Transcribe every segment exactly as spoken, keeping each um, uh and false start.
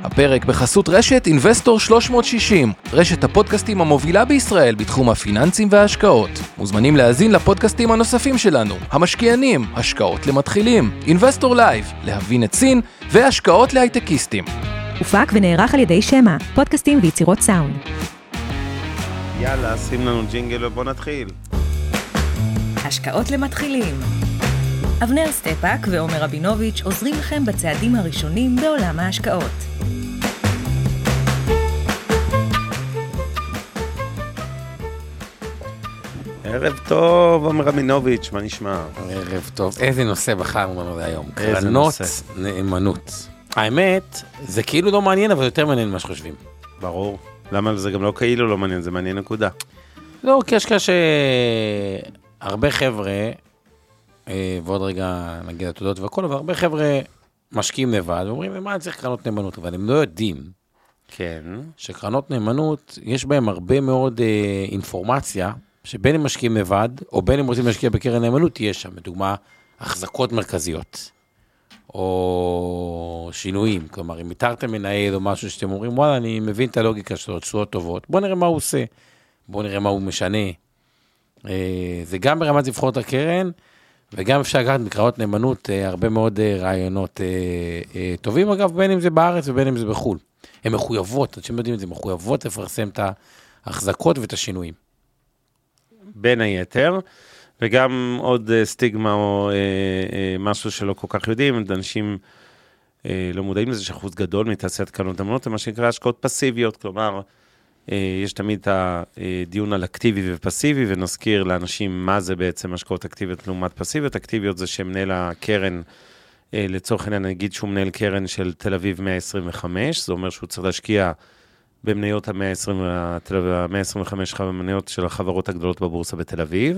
הפרק בחסות רשת Investor שלוש מאות שישים, רשת הפודקאסטים המובילה בישראל בתחום הפיננסים וההשקעות. מוזמנים להאזין לפודקאסטים הנוספים שלנו, המשקיענים, השקעות למתחילים, Investor Live, להבין את סין, והשקעות להייטקיסטים. הופק ונערך על ידי שמה, פודקאסטים ויצירות סאונד. יאללה, שים לנו ג'ינגל ובוא נתחיל. השקעות למתחילים. אבנר סטפאק ועומר רבינוביץ' עוזרים לכם בצעדים הראשונים בעולם ההשקעות. ערב טוב, עומר רבינוביץ', מה נשמע? ערב טוב. איזה נושא בחרנו לנו היום? איזה קרנות נושא? נאמנות. האמת, זה כאילו לא מעניין, אבל יותר מעניין ממה שחושבים. ברור. למה זה גם לא כאילו לא מעניין, זה מעניין נקודה. לא, כי יש כאלה שהרבה חבר'ה, אה, ועוד רגע נגיד התודות והכל, אבל הרבה חבר'ה משקיעים לבד, ואומרים, ומה אני צריך קרנות נאמנות? אבל הם לא יודעים כן. שקרנות נאמנות, יש בהם הרבה מאוד אה, אינפורמציה, שבין הם משקיעים לבד, או בין הם רוצים להשקיע בקרן נאמנות, יש שם, לדוגמה, החזקות מרכזיות, או שינויים, כלומר, אם איתרתם מנהל או משהו שאתם אומרים, וואלה, אני מבין את הלוגיקה שלו, תשואות טובות, בוא נראה מה הוא עושה, בוא נראה מה הוא משנה. זה גם ברמת לבחור הקרן, וגם אפשר לקחת בקרנות נאמנות הרבה מאוד רעיונות טובים, אגב, בין אם זה בארץ ובין אם זה בחול. הן מחויבות, אתם יודעים את זה, מחויבות לפרסם את ההחזקות ואת השינויים. בין היתר, וגם עוד סטיגמה או אה, אה, משהו שלא כל כך יודעים, אנשים אה, לא מודעים לזה שאחוז גדול מתעשיית קרנות נאמנות, זה מה שנקרא השקעות פסיביות, כלומר, אה, יש תמיד את הדיון על אקטיבי ופסיבי, ונזכיר לאנשים מה זה בעצם השקעות אקטיביות לעומת פסיביות. אקטיביות זה שמנהל הקרן, אה, לצורך העניין נגיד שהוא מנהל קרן של תל אביב מאה עשרים וחמש, זה אומר שהוא צריך להשקיע במניות ה-מאה עשרים וחמש מניות של החברות הגדולות בבורסה בתל אביב,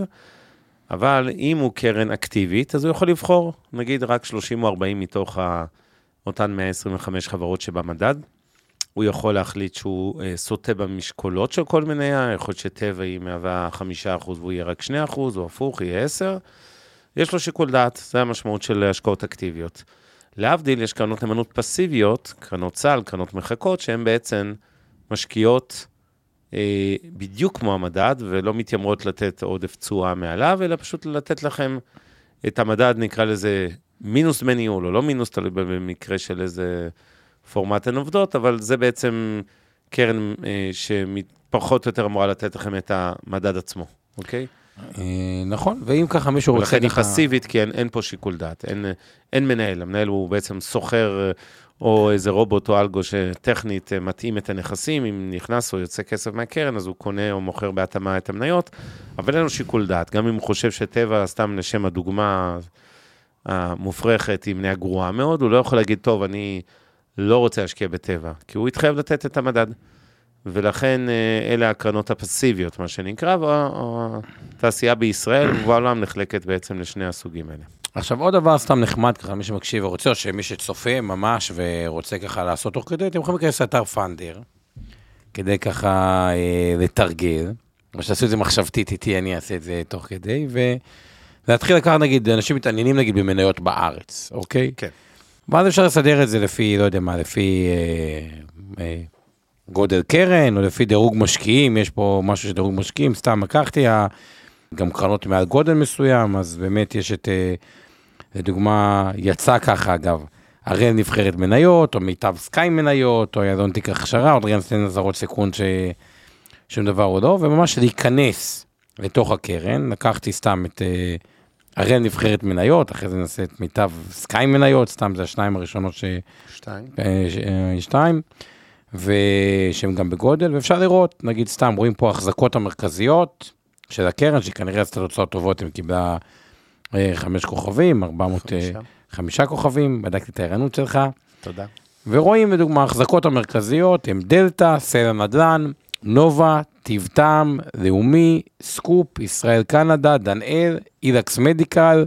אבל אם הוא קרן אקטיבית, אז הוא יכול לבחור, נגיד רק שלושים או ארבעים מתוך אותן מאה עשרים וחמש חברות שבמדד, הוא יכול להחליט שהוא סוטה במשקולות של כל מניה, יכול להיות שטבע היא מהווה חמישה אחוז והוא יהיה רק שני אחוז, או הפוך, יהיה עשר, יש לו שיקול דעת, זה המשמעות של השקעות אקטיביות. להבדיל, יש קרנות נאמנות פסיביות, קרנות סל, קרנות מחכות, שהן בעצם משקיעות אה, בדיוק כמו המדד, ולא מתיימרות לתת עודף תשואה מעליו, אלא פשוט לתת לכם את המדד, נקרא לזה מינוס דמי ניהול, או לא מינוס, תלוי במקרה של איזה פורמט הן עובדות, אבל זה בעצם קרן אה, שפחות או יותר אמורה לתת לכם את המדד עצמו, אוקיי? אה, נכון, ואם ככה מישהו רוצה... ולכן היא פסיבית, כי אין, אין פה שיקול דעת, אין, אין מנהל, המנהל הוא בעצם סוחר... או איזה רובוט או אלגו שטכנית מתאים את הנכסים, אם נכנס או יוצא כסף מהקרן, אז הוא קונה או מוכר בהתאמה את המניות, אבל אין לו שיקול דעת, גם אם הוא חושב שטבע, סתם לשם הדוגמה המופרכת, היא מניה גרועה מאוד, הוא לא יכול להגיד, טוב, אני לא רוצה להשקיע בטבע, כי הוא יתחייב לתת את המדד, ולכן אלה הקרנות הפסיביות, מה שנקרא, והתעשייה בישראל ובעולם נחלקת בעצם לשני הסוגים האלה. עכשיו עוד דבר סתם נחמד ככה, מי שמקשיב ורוצה, או שמי שצופה ממש ורוצה ככה לעשות תוך כדי, אתם יכולים להיכנס לאתר פנדר, כדי ככה אה, לתרגל, או שתעשו את זה מחשבתית איתי, אני אעשה את זה תוך כדי, ולהתחיל לקחת נגיד, אנשים מתעניינים נגיד במניות בארץ, אוקיי? כן. ואז אפשר לסדר את זה לפי, לא יודע מה, לפי אה, אה, גודל קרן, או לפי דירוג משקיעים, יש פה משהו שדירוג משקיעים, סתם לקחתי, גם קרנות מעל גודל מסוים, אז באמת יש את... אה, לדוגמה, יצא ככה, אגב, הראל נבחרת מניות, או מיטב סקאי מניות, או ידון תיק הכשרה, או דרגן סטנד עזרות סיכון ששום דבר הוא לא, וממש להיכנס לתוך הקרן, לקחתי סתם את הראל נבחרת מניות, אחרי זה נעשה את מיטב סקאי מניות, סתם זה השניים הראשונות ש... שתיים. שתיים, ושהם גם בגודל, ואפשר לראות, נגיד סתם, רואים פה החזקות המרכזיות של הקרן, שכנראה עשתה תוצאות טובות, הם קיבלה... חמש כוכבים, ארבע מאות חמישה כוכבים, בדקתי את הערנות שלך. תודה. ורואים לדוגמה, החזקות המרכזיות, הם דלטה, סלע נדל"ן, נובה, טבעתם, לאומי, סקופ, ישראל קנדה, דנאל, אילקס מדיקל,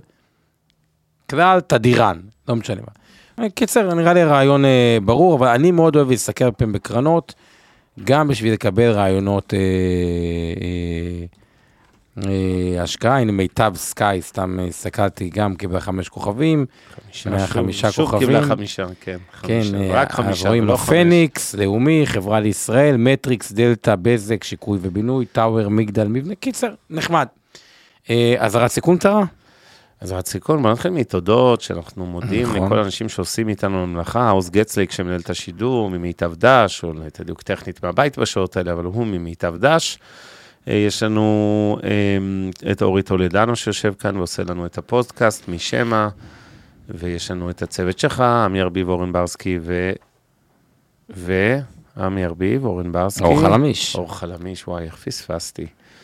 כלל, תדירן, לא משנה מה. קיצר, נראה לי רעיון אה, ברור, אבל אני מאוד אוהב להסתכל פעם בקרנות, גם בשביל לקבל רעיונות אה, אה, השקעה, הנה מיטב סקאי, סתם הסתכלתי גם קיבלה חמש כוכבים, חמישה שוב כוכבים. קיבלה חמישה, כן. כן, רק חמישה, רואים ולא לו חמש. פניקס, לאומי, חברה לישראל, מטריקס, דלטה, בזק, שיקוי ובינוי, טאוור, מגדל, מבנה, קיצר, נחמד. אז הרעת סיכון קצרה? אז הרעת סיכון, בוא נתחיל מתודות, שאנחנו מודים נכון. לכל האנשים שעושים איתנו במלאכה, עוז גצליק שמנהל את השידור, ממיטב דש, או לתדיוק טכנית מהבית בשעות האלה, אבל הוא ממיטב דש. יש לנו את אורי טולדנו שיושב כאן ועושה לנו את הפודקאסט משמע, ויש לנו את הצוות שלך, עמי ארביב, אורן ברסקי ו... ו... עמי ארביב, אורן ברסקי. אור חלמיש. אור חלמיש, וואי, איך פספסתי.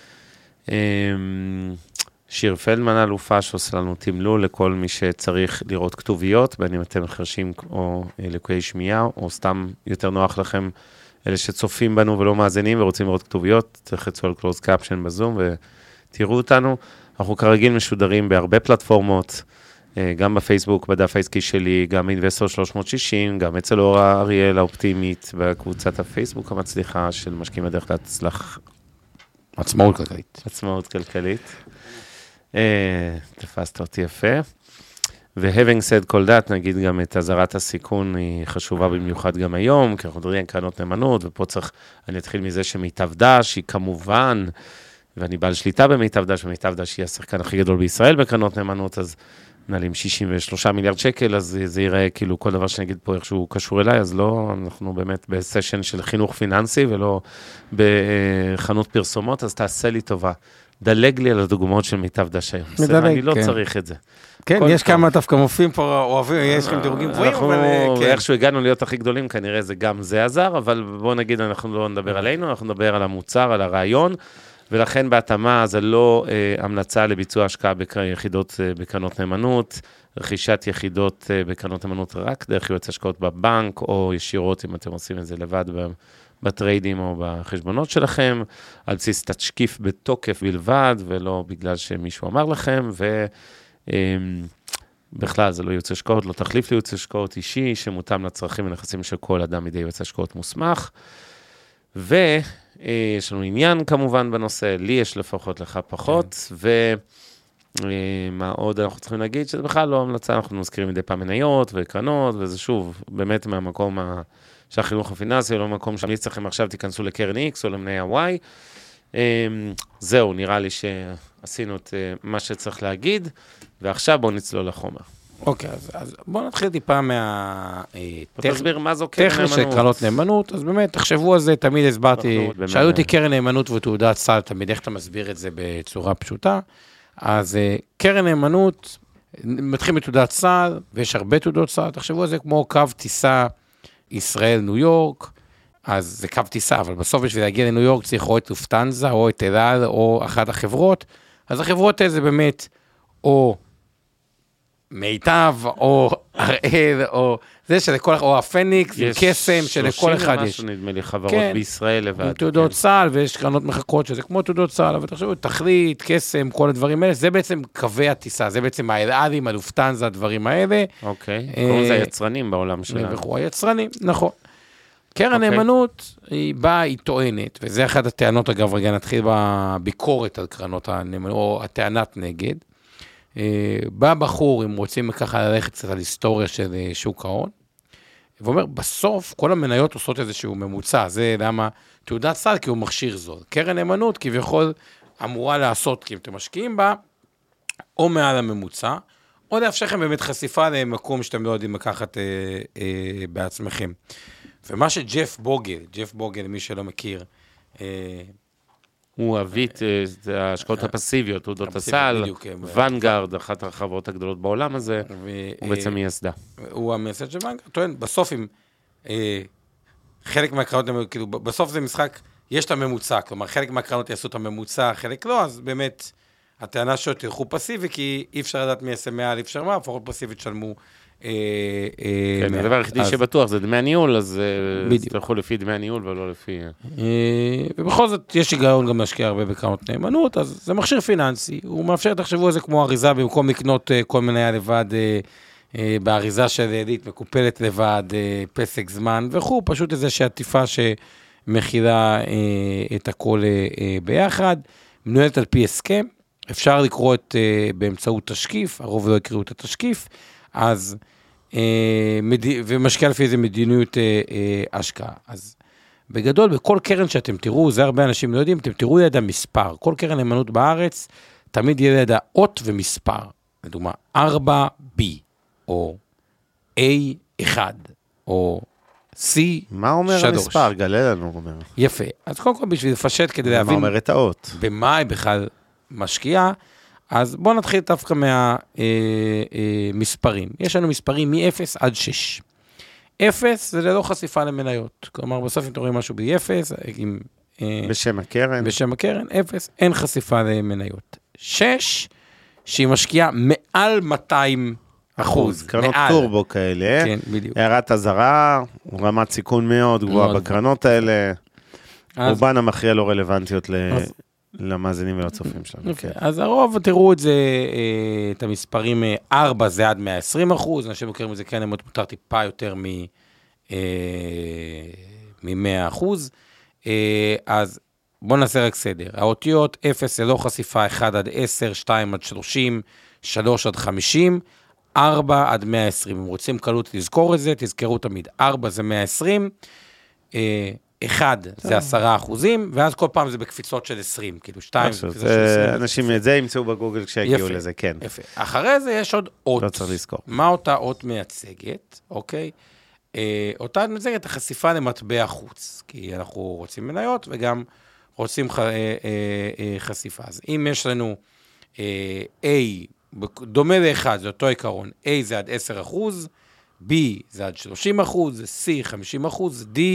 שיר פלדמן אלופה שעושה לנו תמלול לכל מי שצריך לראות כתוביות, בין אם אתם חרשים או לקויי שמיעה, או סתם יותר נוח לכם, אלה שצופים בנו ולא מאזינים ורוצים לראות כתוביות, תלחצו על closed caption בזום ותראו אותנו. אנחנו כרגיל משודרים בהרבה פלטפורמות, גם בפייסבוק, בדף העסקי שלי, גם אינבסטור שלוש מאות שישים, גם אצל אורה אריאל האופטימית, בקבוצת הפייסבוק המצליחה של משקיעים בדרך להצלח. עצמאות כלכלית. עצמאות כלכלית. תפסת אותי יפה. ו-having said כל דת, נגיד גם את הזרת הסיכון, היא חשובה במיוחד גם היום, כי אנחנו מדברים על קרנות נאמנות, ופה צריך, אני אתחיל מזה שמיטב דש, היא כמובן, ואני בעל שליטה במיטב דש, ומיטב דש היא השחקן הכי גדול בישראל בקרנות נאמנות, אז נעלים שישים ושלושה מיליארד שקל, אז זה ייראה כאילו כל דבר שנגיד פה איכשהו קשור אליי, אז לא, אנחנו באמת בסשן של חינוך פיננסי, ולא בחנות פרסומות, אז תעשה לי טובה. דלג לי על הדוגמאות של מיטב דש היום. מדלג, אני לא כן. צריך את זה. כן, יש כמה דווקא מופיעים פה, אוהבים, יש לכם דירוגים גבוהים, אבל אנחנו כן. איכשהו הגענו להיות הכי גדולים, כנראה זה גם זה עזר, אבל בואו נגיד, אנחנו לא נדבר עלינו, אנחנו נדבר על המוצר, על הרעיון, ולכן בהתאמה זה לא אה, המלצה לביצוע השקעה ביחידות אה, בקרנות נאמנות, רכישת יחידות אה, בקרנות נאמנות רק דרך יועץ השקעות בבנק, או ישירות אם אתם עושים את זה לבד בטריידים או בחשבונות שלכם, על בסיס תשקיף בתוקף בלבד, ולא בגלל שמישהו אמר לכם, ו... בכלל, זה לא יועץ השקעות, לא תחליף ליועץ השקעות אישי, שמותאם לצרכים ונכסים של כל אדם מידי יועץ השקעות מוסמך. ויש לנו עניין כמובן בנושא, לי יש לפחות לך פחות, ומה עוד אנחנו צריכים להגיד, שזה בכלל לא המלצה, אנחנו מזכירים מדי פעם מניות וקרנות, וזה שוב, באמת מהמקום של החינוך הפיננסי, לא מקום שאני צריכים עכשיו תיכנסו לקרן X או למניה Y. זהו, נראה לי שעשינו את מה שצריך להגיד, ועכשיו בואו נצלול לחומר. אוקיי, אז, אז בואו נתחיל טיפה מה... תסביר מה זו קרן טכני נאמנות. של קרנות נאמנות, אז באמת, תחשבו על זה, תמיד הסברתי, אנחנו- שאלו אותי קרן נאמנות ותעודת סל, תמיד איך אתה מסביר את זה בצורה פשוטה, אז אה, קרן נאמנות, מתחיל מתעודת סל, ויש הרבה תעודות סל, תחשבו על זה כמו קו טיסה ישראל ניו יורק, אז זה קו טיסה, אבל בסוף בשביל להגיע לניו יורק צריך או את לופטנזה, או את אל על, או אחת החברות, אז החברות האלה זה באמת, או מיטב, או הראל, או זה שלכל, או הפניקס, עם קסם, שלכל אחד יש. שלושים ומשהו, נדמה לי, חברות כן. בישראל לבד. עם תעודות כן. סל, ויש קרנות מחכות שזה כמו תעודות סל, אבל תחשבו, תכלית, קסם, כל הדברים האלה, זה בעצם קווי הטיסה, זה בעצם האלעדים, הלופטנזה, הדברים האלה. אוקיי, אה, קוראים לזה היצרנים בעולם שלנו. וכו', היצרנים, נכון. קרן אוקיי. נאמנות, היא באה, היא טוענת, וזה אחת הטענות, אגב, רגע נתחיל בביקורת על קרנות הנאמנות, או הטענת נגד. אה, בא בחור, אם רוצים ככה ללכת קצת על היסטוריה של אה, שוק ההון, ואומר, בסוף כל המניות עושות איזשהו ממוצע, זה למה תעודת סל, כי הוא מכשיר זול. קרן נאמנות, כביכול, אמורה לעשות, כי אם אתם משקיעים בה, או מעל הממוצע, או לאפשר לכם באמת חשיפה למקום שאתם לא יודעים לקחת אה, אה, בעצמכם. ומה שג'ף בוגל, ג'ף בוגל, מי שלא מכיר, אה, הוא אבית, אה, זה ההשקעות הפסיביות, תעודות הפסיביות, הסל, בדיוק, כן. ונגארד, אחת החברות הגדולות בעולם הזה, ו- הוא בעצם מייסדה. הוא המייסד של בנק, טוען, בסוף אם אה, חלק מהקרנות, כאילו, בסוף זה משחק, יש את הממוצע, כלומר, חלק מהקרנות יעשו את הממוצע, חלק לא, אז באמת, הטענה שלו תלכו פסיבי, כי אי אפשר לדעת מי יעשה מעל, אי אפשר מה, לפחות פסיבית שלמו. אה, אה, כן, מעל. הדבר היחידי אז- שבטוח זה דמי הניהול, אז אה, בדיוק. תלכו לפי דמי הניהול ולא לפי... אה, ובכל זאת, יש היגיון גם להשקיע הרבה בקרנות נאמנות, אז זה מכשיר פיננסי, הוא מאפשר, תחשבו על זה כמו אריזה, במקום לקנות אה, כל מניה לבד, אה, אה, באריזה של עילית, מקופלת לבד, אה, פסק זמן וכו', פשוט איזושהי עטיפה שמכילה אה, את הכל אה, אה, ביחד. מנוהלת על פי הסכם, אפשר לקרוא את, uh, באמצעות תשקיף, הרוב לא יקראו את התשקיף, אז, uh, מד... ומשקיע לפי איזה מדיניות uh, uh, השקעה. אז בגדול, בכל קרן שאתם תראו, זה הרבה אנשים לא יודעים, אתם תראו ליד המספר, כל קרן נאמנות בארץ, תמיד יהיה ליד האות ומספר, לדוגמה, ארבע בי, או איי אחד, או C מה אומר שלוש. המספר? גלה לנו, אומר. יפה. אז קודם כל, בשביל לפשט כדי להבין... מה אומר את האות? במה היא בכלל משקיעה, אז בואו נתחיל דווקא מהמספרים. יש לנו מספרים מ-אפס עד שש. אפס זה ללא חשיפה למניות. כלומר, בסוף אם אתם רואים משהו ב-אפס, עם... בשם הקרן. בשם הקרן, אפס, אין חשיפה למניות. שש, שהיא משקיעה מעל מאתיים אחוז. קרנות טורבו כאלה. כן, בדיוק. הערת הזרה, רמת סיכון מאוד גבוהה בקרנות האלה. רובן המכריע לא רלוונטיות למאזינים ולצופים שלנו. אז הרוב, תראו את זה, את המספרים, ארבע זה עד מאה ועשרים אחוז, אנשים מכירים את זה, כן, מותר טיפה יותר מ-מאה אחוז. אז בואו נעשה רק סדר. האותיות אפס זה לא חשיפה, אחד עד עשר, שתיים עד שלושים, שלוש עד חמישים, ארבע עד מאה ועשרים. אם רוצים קלות לזכור את זה, תזכרו תמיד. ארבע זה מאה ועשרים, אחד זה עשרה אחוזים, ואז כל פעם זה בקפיצות של עשרים, כאילו שתיים. אנשים את זה ימצאו בגוגל כשהגיעו לזה, כן. יפה. אחרי זה יש עוד אות. לא צריך לזכור. מה אותה אות מייצגת, אוקיי? אותה מייצגת החשיפה למטבע חוץ, כי אנחנו רוצים מניות וגם רוצים חשיפה. אז אם יש לנו A, דומה ל-אחד, זה אותו עיקרון, A זה עד עשרה אחוז, B זה עד שלושים אחוז, C חמישים אחוז, D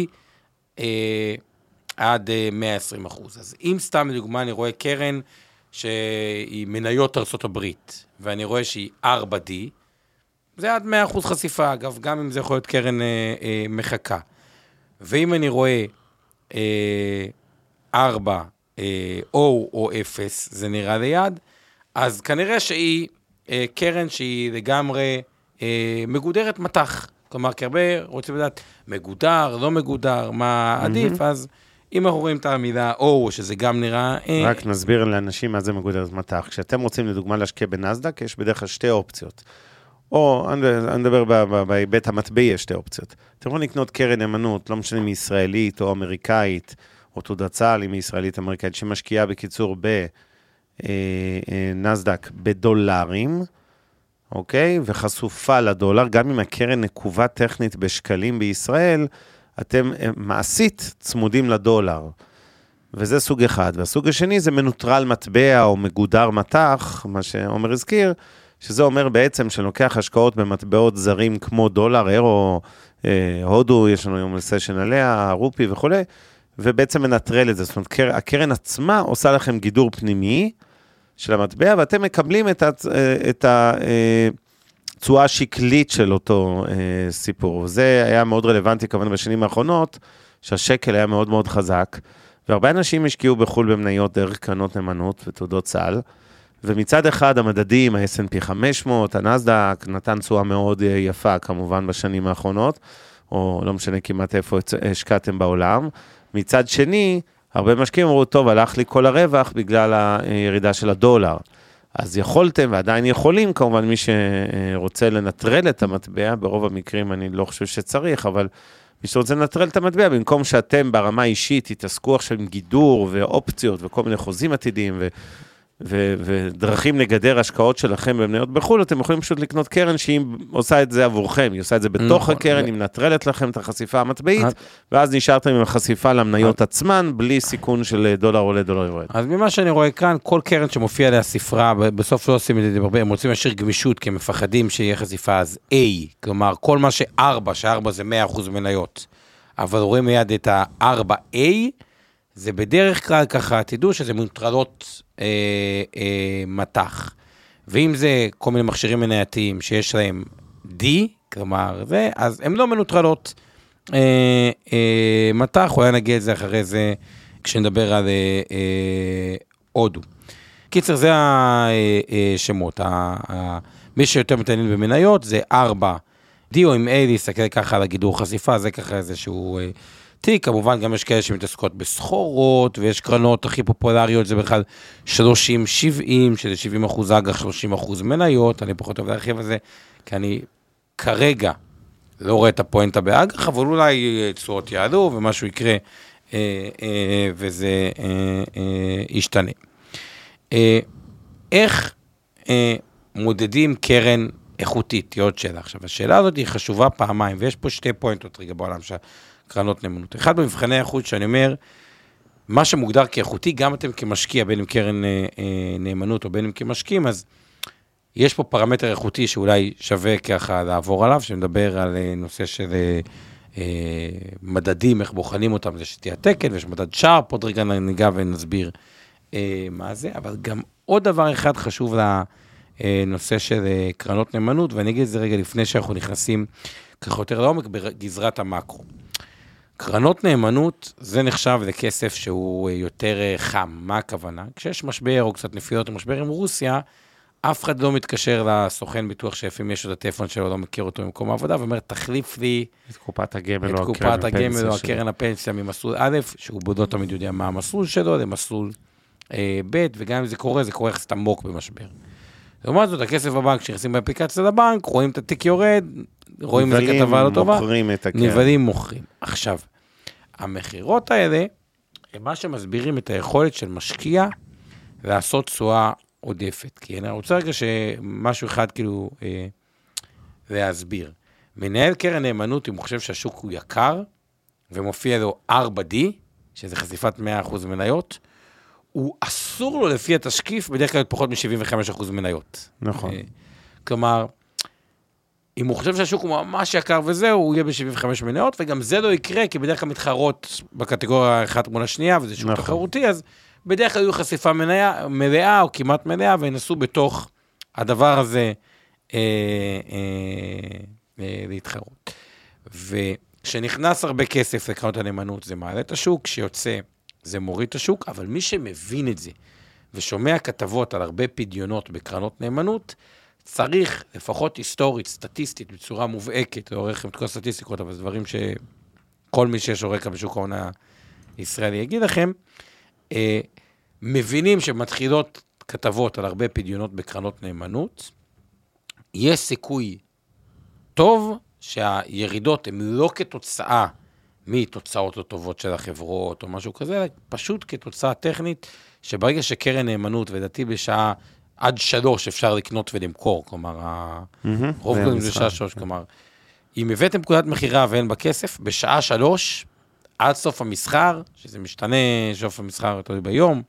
עד מאה ועשרים אחוז. אז אם סתם לדוגמה אני רואה קרן שהיא מניות ארצות הברית, ואני רואה שהיא ארבע די, זה עד מאה אחוז חשיפה, אגב, גם אם זה יכול להיות קרן אה, אה, מחכה. ואם אני רואה אה, ארבע אה, או או אפס, זה נראה ליד, אז כנראה שהיא אה, קרן שהיא לגמרי אה, מגודרת מתח. כלומר, כי הרבה רוצים לדעת, מגודר, לא מגודר, מה עדיף, אז אם אנחנו רואים את המילה או, שזה גם נראה... רק נסביר לאנשים מה זה מגודרת מתח. כשאתם רוצים לדוגמה להשקיע בנסדק, יש בדרך כלל שתי אופציות. או, אני מדבר בהיבט המטבעי, יש שתי אופציות. אתם יכולים לקנות קרן נאמנות, לא משנה מישראלית או אמריקאית, או תעודת סל, אם היא ישראלית אמריקאית, שמשקיעה בקיצור בנסדק בדולרים, אוקיי? וחשופה לדולר, גם אם הקרן נקובה טכנית בשקלים בישראל, אתם מעשית צמודים לדולר. וזה סוג אחד. והסוג השני זה מנוטרל מטבע או מגודר מתח, מה שעומר הזכיר, שזה אומר בעצם שלוקח השקעות במטבעות זרים כמו דולר, אירו, אה, הודו, יש לנו היום לסשן עליה, רופי וכו', ובעצם מנטרל את זה. זאת אומרת, הקרן עצמה עושה לכם גידור פנימי של המטבע, ואתם מקבלים את התשואה השקלית של אותו אה, סיפור. וזה היה מאוד רלוונטי כמובן בשנים האחרונות, שהשקל היה מאוד מאוד חזק, והרבה אנשים השקיעו בחול במניות דרך קרנות נאמנות ותעודות סל, ומצד אחד המדדים, ה-אס אנד פי חמש מאות, הנסדק, נתן תשואה מאוד יפה כמובן בשנים האחרונות, או לא משנה כמעט איפה השקעתם בעולם. מצד שני, הרבה משקיעים אמרו, טוב, הלך לי כל הרווח בגלל הירידה של הדולר. אז יכולתם, ועדיין יכולים, כמובן מי שרוצה לנטרל את המטבע, ברוב המקרים אני לא חושב שצריך, אבל מי שרוצה לנטרל את המטבע, במקום שאתם ברמה אישית תתעסקו עכשיו עם גידור ואופציות וכל מיני חוזים עתידיים ו... ו- ודרכים לגדר השקעות שלכם במניות בחו"ל, אתם יכולים פשוט לקנות קרן שהיא עושה את זה עבורכם, היא עושה את זה בתוך הקרן, היא מנטרלת לכם את החשיפה המטבעית, ואז נשארתם עם החשיפה למניות עצמן, בלי סיכון של דולר עולה, דולר יורד. אז ממה שאני רואה כאן, כל קרן שמופיע עליה ספרה, בסוף לא עושים את זה הרבה, הם רוצים להשאיר גמישות, כי הם מפחדים שיהיה חשיפה, אז A, כלומר, כל מה ש-ארבע, ש-ארבע זה מאה אחוז מניות, אבל רואים מיד את ה-ארבע A, זה בדרך כלל ככה, תדעו שזה מנוטרלות אה, אה, מתח. ואם זה כל מיני מכשירים מנייתיים שיש להם D, כלומר זה, אז הם לא מנוטרלות אה, אה, מתח, אולי נגיע את זה אחרי זה, כשנדבר על אה, אה, הודו. קיצר, זה השמות. מי שיותר מתעניין במניות, זה ארבע D או עם A להסתכל ככה על הגידור חשיפה, זה ככה איזשהו תיק, כמובן גם יש כאלה שמתעסקות בסחורות, ויש קרנות הכי פופולריות, זה בכלל שלושים שבעים, שזה שבעים אחוז אג"ח, שלושים אחוז מניות, אני פחות אוהב להרחיב על זה, כי אני כרגע לא רואה את הפואנטה באג"ח, אבל אולי תשואות יעלו ומשהו יקרה, וזה ישתנה. איך מודדים קרן איכותית? עוד שאלה. עכשיו, השאלה הזאת היא חשובה פעמיים, ויש פה שתי פואנטות רגע בעולם של קרנות נאמנות. אחד במבחני האיכות שאני אומר, מה שמוגדר כאיכותי, גם אתם כמשקיע, בין אם קרן נאמנות או בין אם כמשקיעים, אז יש פה פרמטר איכותי שאולי שווה ככה לעבור עליו, שמדבר על נושא של מדדים, איך בוחנים אותם, זה שתהיה תקן, ויש מדד שער, פה עוד רגע ניגע ונסביר מה זה, אבל גם עוד דבר אחד חשוב לנושא של קרנות נאמנות, ואני אגיד את זה רגע לפני שאנחנו נכנסים ככה יותר לעומק בגזרת המקרו. קרנות נאמנות זה נחשב לכסף שהוא יותר חם, מה הכוונה? כשיש משבר או קצת נפילות או משבר עם רוסיה, אף אחד לא מתקשר לסוכן ביטוח שאפים יש את הטלפון שלו, לא מכיר אותו במקום העבודה, ואומר, תחליף לי את קופת הגמל את קופת הגמל או הקרן הפנסיה ממסלול א', שהוא לא תמיד יודע מה המסלול שלו, למסלול אה, ב', וגם אם זה קורה, זה קורה יחסית עמוק במשבר. לעומת זאת, הכסף בבנק, כשנכנסים באפליקציה לבנק, רואים את התיק יורד, רואים איזה כתבה לא טובה, מוכרים את הקרן. נבלים מוכרים. עכשיו, המחירות האלה, הם מה שמסבירים את היכולת של משקיע לעשות תשואה עודפת. כי אני רוצה רגע שמשהו אחד כאילו אה, להסביר. מנהל קרן נאמנות, אם הוא חושב שהשוק הוא יקר, ומופיע לו ארבע די, שזה חשיפת מאה אחוז מניות, הוא אסור לו לפי התשקיף, בדרך כלל פחות מ-שבעים וחמישה אחוז מניות. נכון. אה, כלומר, אם הוא חושב שהשוק הוא ממש יקר וזהו, הוא יהיה ב-שבעים וחמש מניות, וגם זה לא יקרה, כי בדרך כלל מתחרות בקטגוריה אחת מול השנייה, וזה שוק נכון. תחרותי, אז בדרך כלל יהיו חשיפה מלאה, מלאה או כמעט מלאה, וינסו בתוך הדבר הזה אה, אה, אה, להתחרות. וכשנכנס הרבה כסף לקרנות הנאמנות, זה מעלה את השוק, כשיוצא זה מוריד את השוק, אבל מי שמבין את זה, ושומע כתבות על הרבה פדיונות בקרנות נאמנות, צריך לפחות היסטורית, סטטיסטית, בצורה מובהקת, לא עורך עם את כל הסטטיסטיקות, אבל זה דברים שכל מי שיש עורקה בשוק ההון הישראלי יגיד לכם, אה, מבינים שמתחילות כתבות על הרבה פדיונות בקרנות נאמנות, יש סיכוי טוב שהירידות הן לא כתוצאה מתוצאות לא טובות של החברות או משהו כזה, אלא פשוט כתוצאה טכנית, שברגע שקרן נאמנות, ודעתי בשעה עד שלוש אפשר לקנות ולמכור, כלומר, רוב קודם זה שעה שלוש, כלומר, אם הבאתם נקודת מחירה ואין בה כסף, בשעה שלוש, עד סוף המסחר, שזה משתנה, סוף המסחר תלוי ביום,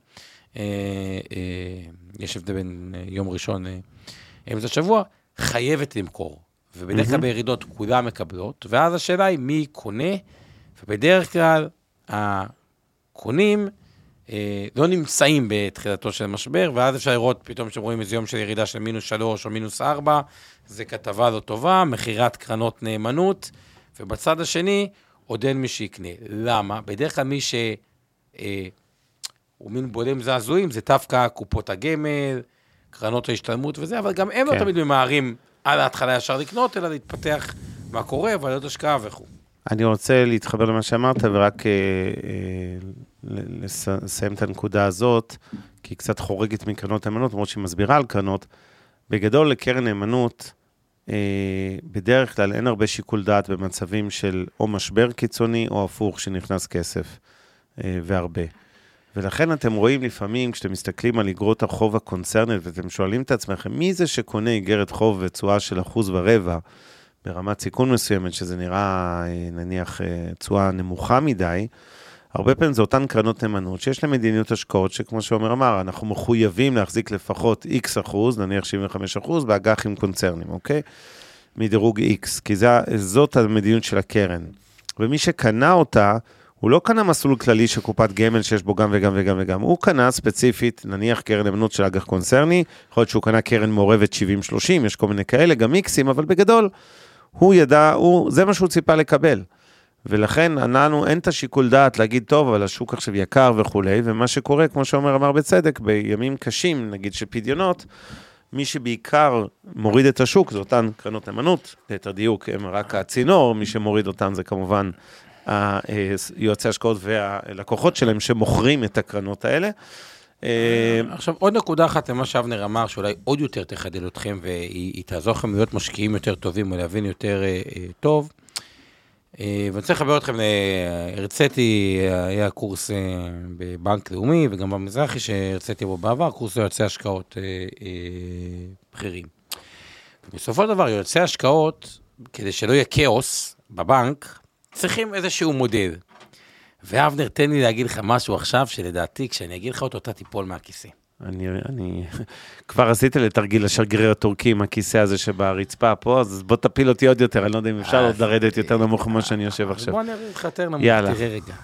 יש הבדל בין יום ראשון, אמצע שבוע, חייבת למכור, ובדרך כלל בירידות כולם מקבלות, ואז השאלה היא מי קונה, ובדרך כלל הקונים לא נמצאים בתחילתו של משבר, ואז אפשר לראות פתאום שרואים איזה יום של ירידה של מינוס שלוש או מינוס ארבע, זה כתבה לא טובה, מחירת קרנות נאמנות, ובצד השני עוד אין מי שיקנה. למה? בדרך כלל מי ש... אה, הוא מין בולם זעזועים, זה דווקא קופות הגמל, קרנות ההשתלמות וזה, אבל גם הם כן. לא תמיד ממהרים על ההתחלה ישר לקנות, אלא להתפתח מה קורה, ועלות השקעה וכו'. אני רוצה להתחבר למה שאמרת, ורק אה, אה, לסיים את הנקודה הזאת, כי היא קצת חורגת מקרנות נאמנות, למרות שהיא מסבירה על קרנות. בגדול לקרן נאמנות, אה, בדרך כלל אין הרבה שיקול דעת במצבים של או משבר קיצוני, או הפוך שנכנס כסף, אה, והרבה. ולכן אתם רואים לפעמים, כשאתם מסתכלים על אגרות החוב הקונצרנית, ואתם שואלים את עצמכם, מי זה שקונה אגרת חוב ותשואה של אחוז ורבע, ברמת סיכון מסוימת, שזה נראה, נניח, תשואה נמוכה מדי, הרבה פעמים זה אותן קרנות נאמנות, שיש להם מדיניות השקעות, שכמו שאומר אמר, אנחנו מחויבים להחזיק לפחות X אחוז, נניח שבעים וחמישה אחוז, באג"חים קונצרנים, אוקיי? מדירוג X, כי זה, זאת המדיניות של הקרן. ומי שקנה אותה, הוא לא קנה מסלול כללי של קופת גמל, שיש בו גם וגם וגם וגם, הוא קנה ספציפית, נניח קרן נאמנות של אג"ח קונצרני, יכול להיות שהוא קנה קרן מעורבת שבעים שלושים, יש כל מיני כאלה, גם X'ים, אבל בגדול, הוא ידע, הוא, זה מה שהוא ציפה לקבל. ולכן, לנו אין את השיקול דעת להגיד, טוב, אבל השוק עכשיו יקר וכו', ומה שקורה, כמו שאומר אמר בצדק, בימים קשים, נגיד של פדיונות, מי שבעיקר מוריד את השוק, זה אותן קרנות נאמנות, ליתר דיוק, הם רק הצינור, מי שמוריד אותן זה כמובן יועצי השקעות והלקוחות שלהם שמוכרים את הקרנות האלה. עכשיו, עוד נקודה אחת למה שאבנר אמר, שאולי עוד יותר תחדל אתכם, והיא תעזור לכם להיות משקיעים יותר טובים, ולהבין יותר טוב. ואני צריך לחבר אתכם, הרציתי, היה קורס בבנק לאומי, וגם במזרחי שהרציתי בו בעבר, קורס ליועצי השקעות בכירים. בסופו של דבר, יועצי השקעות, כדי שלא יהיה כאוס בבנק, צריכים איזשהו מודל. ואבנר, תן לי להגיד לך משהו עכשיו, שלדעתי, כשאני אגיד לך אותו, אתה תיפול מהכיסא. אני, אני כבר עשיתי לתרגיל השגריר הטורקי עם הכיסא הזה שבהרצפה פה, אז בוא תפיל אותי עוד יותר, אני לא יודע אם אפשר עוד לרדת יותר נמוך ממה שאני יושב עכשיו. בוא נראה לך יותר נמוך, תראה רגע.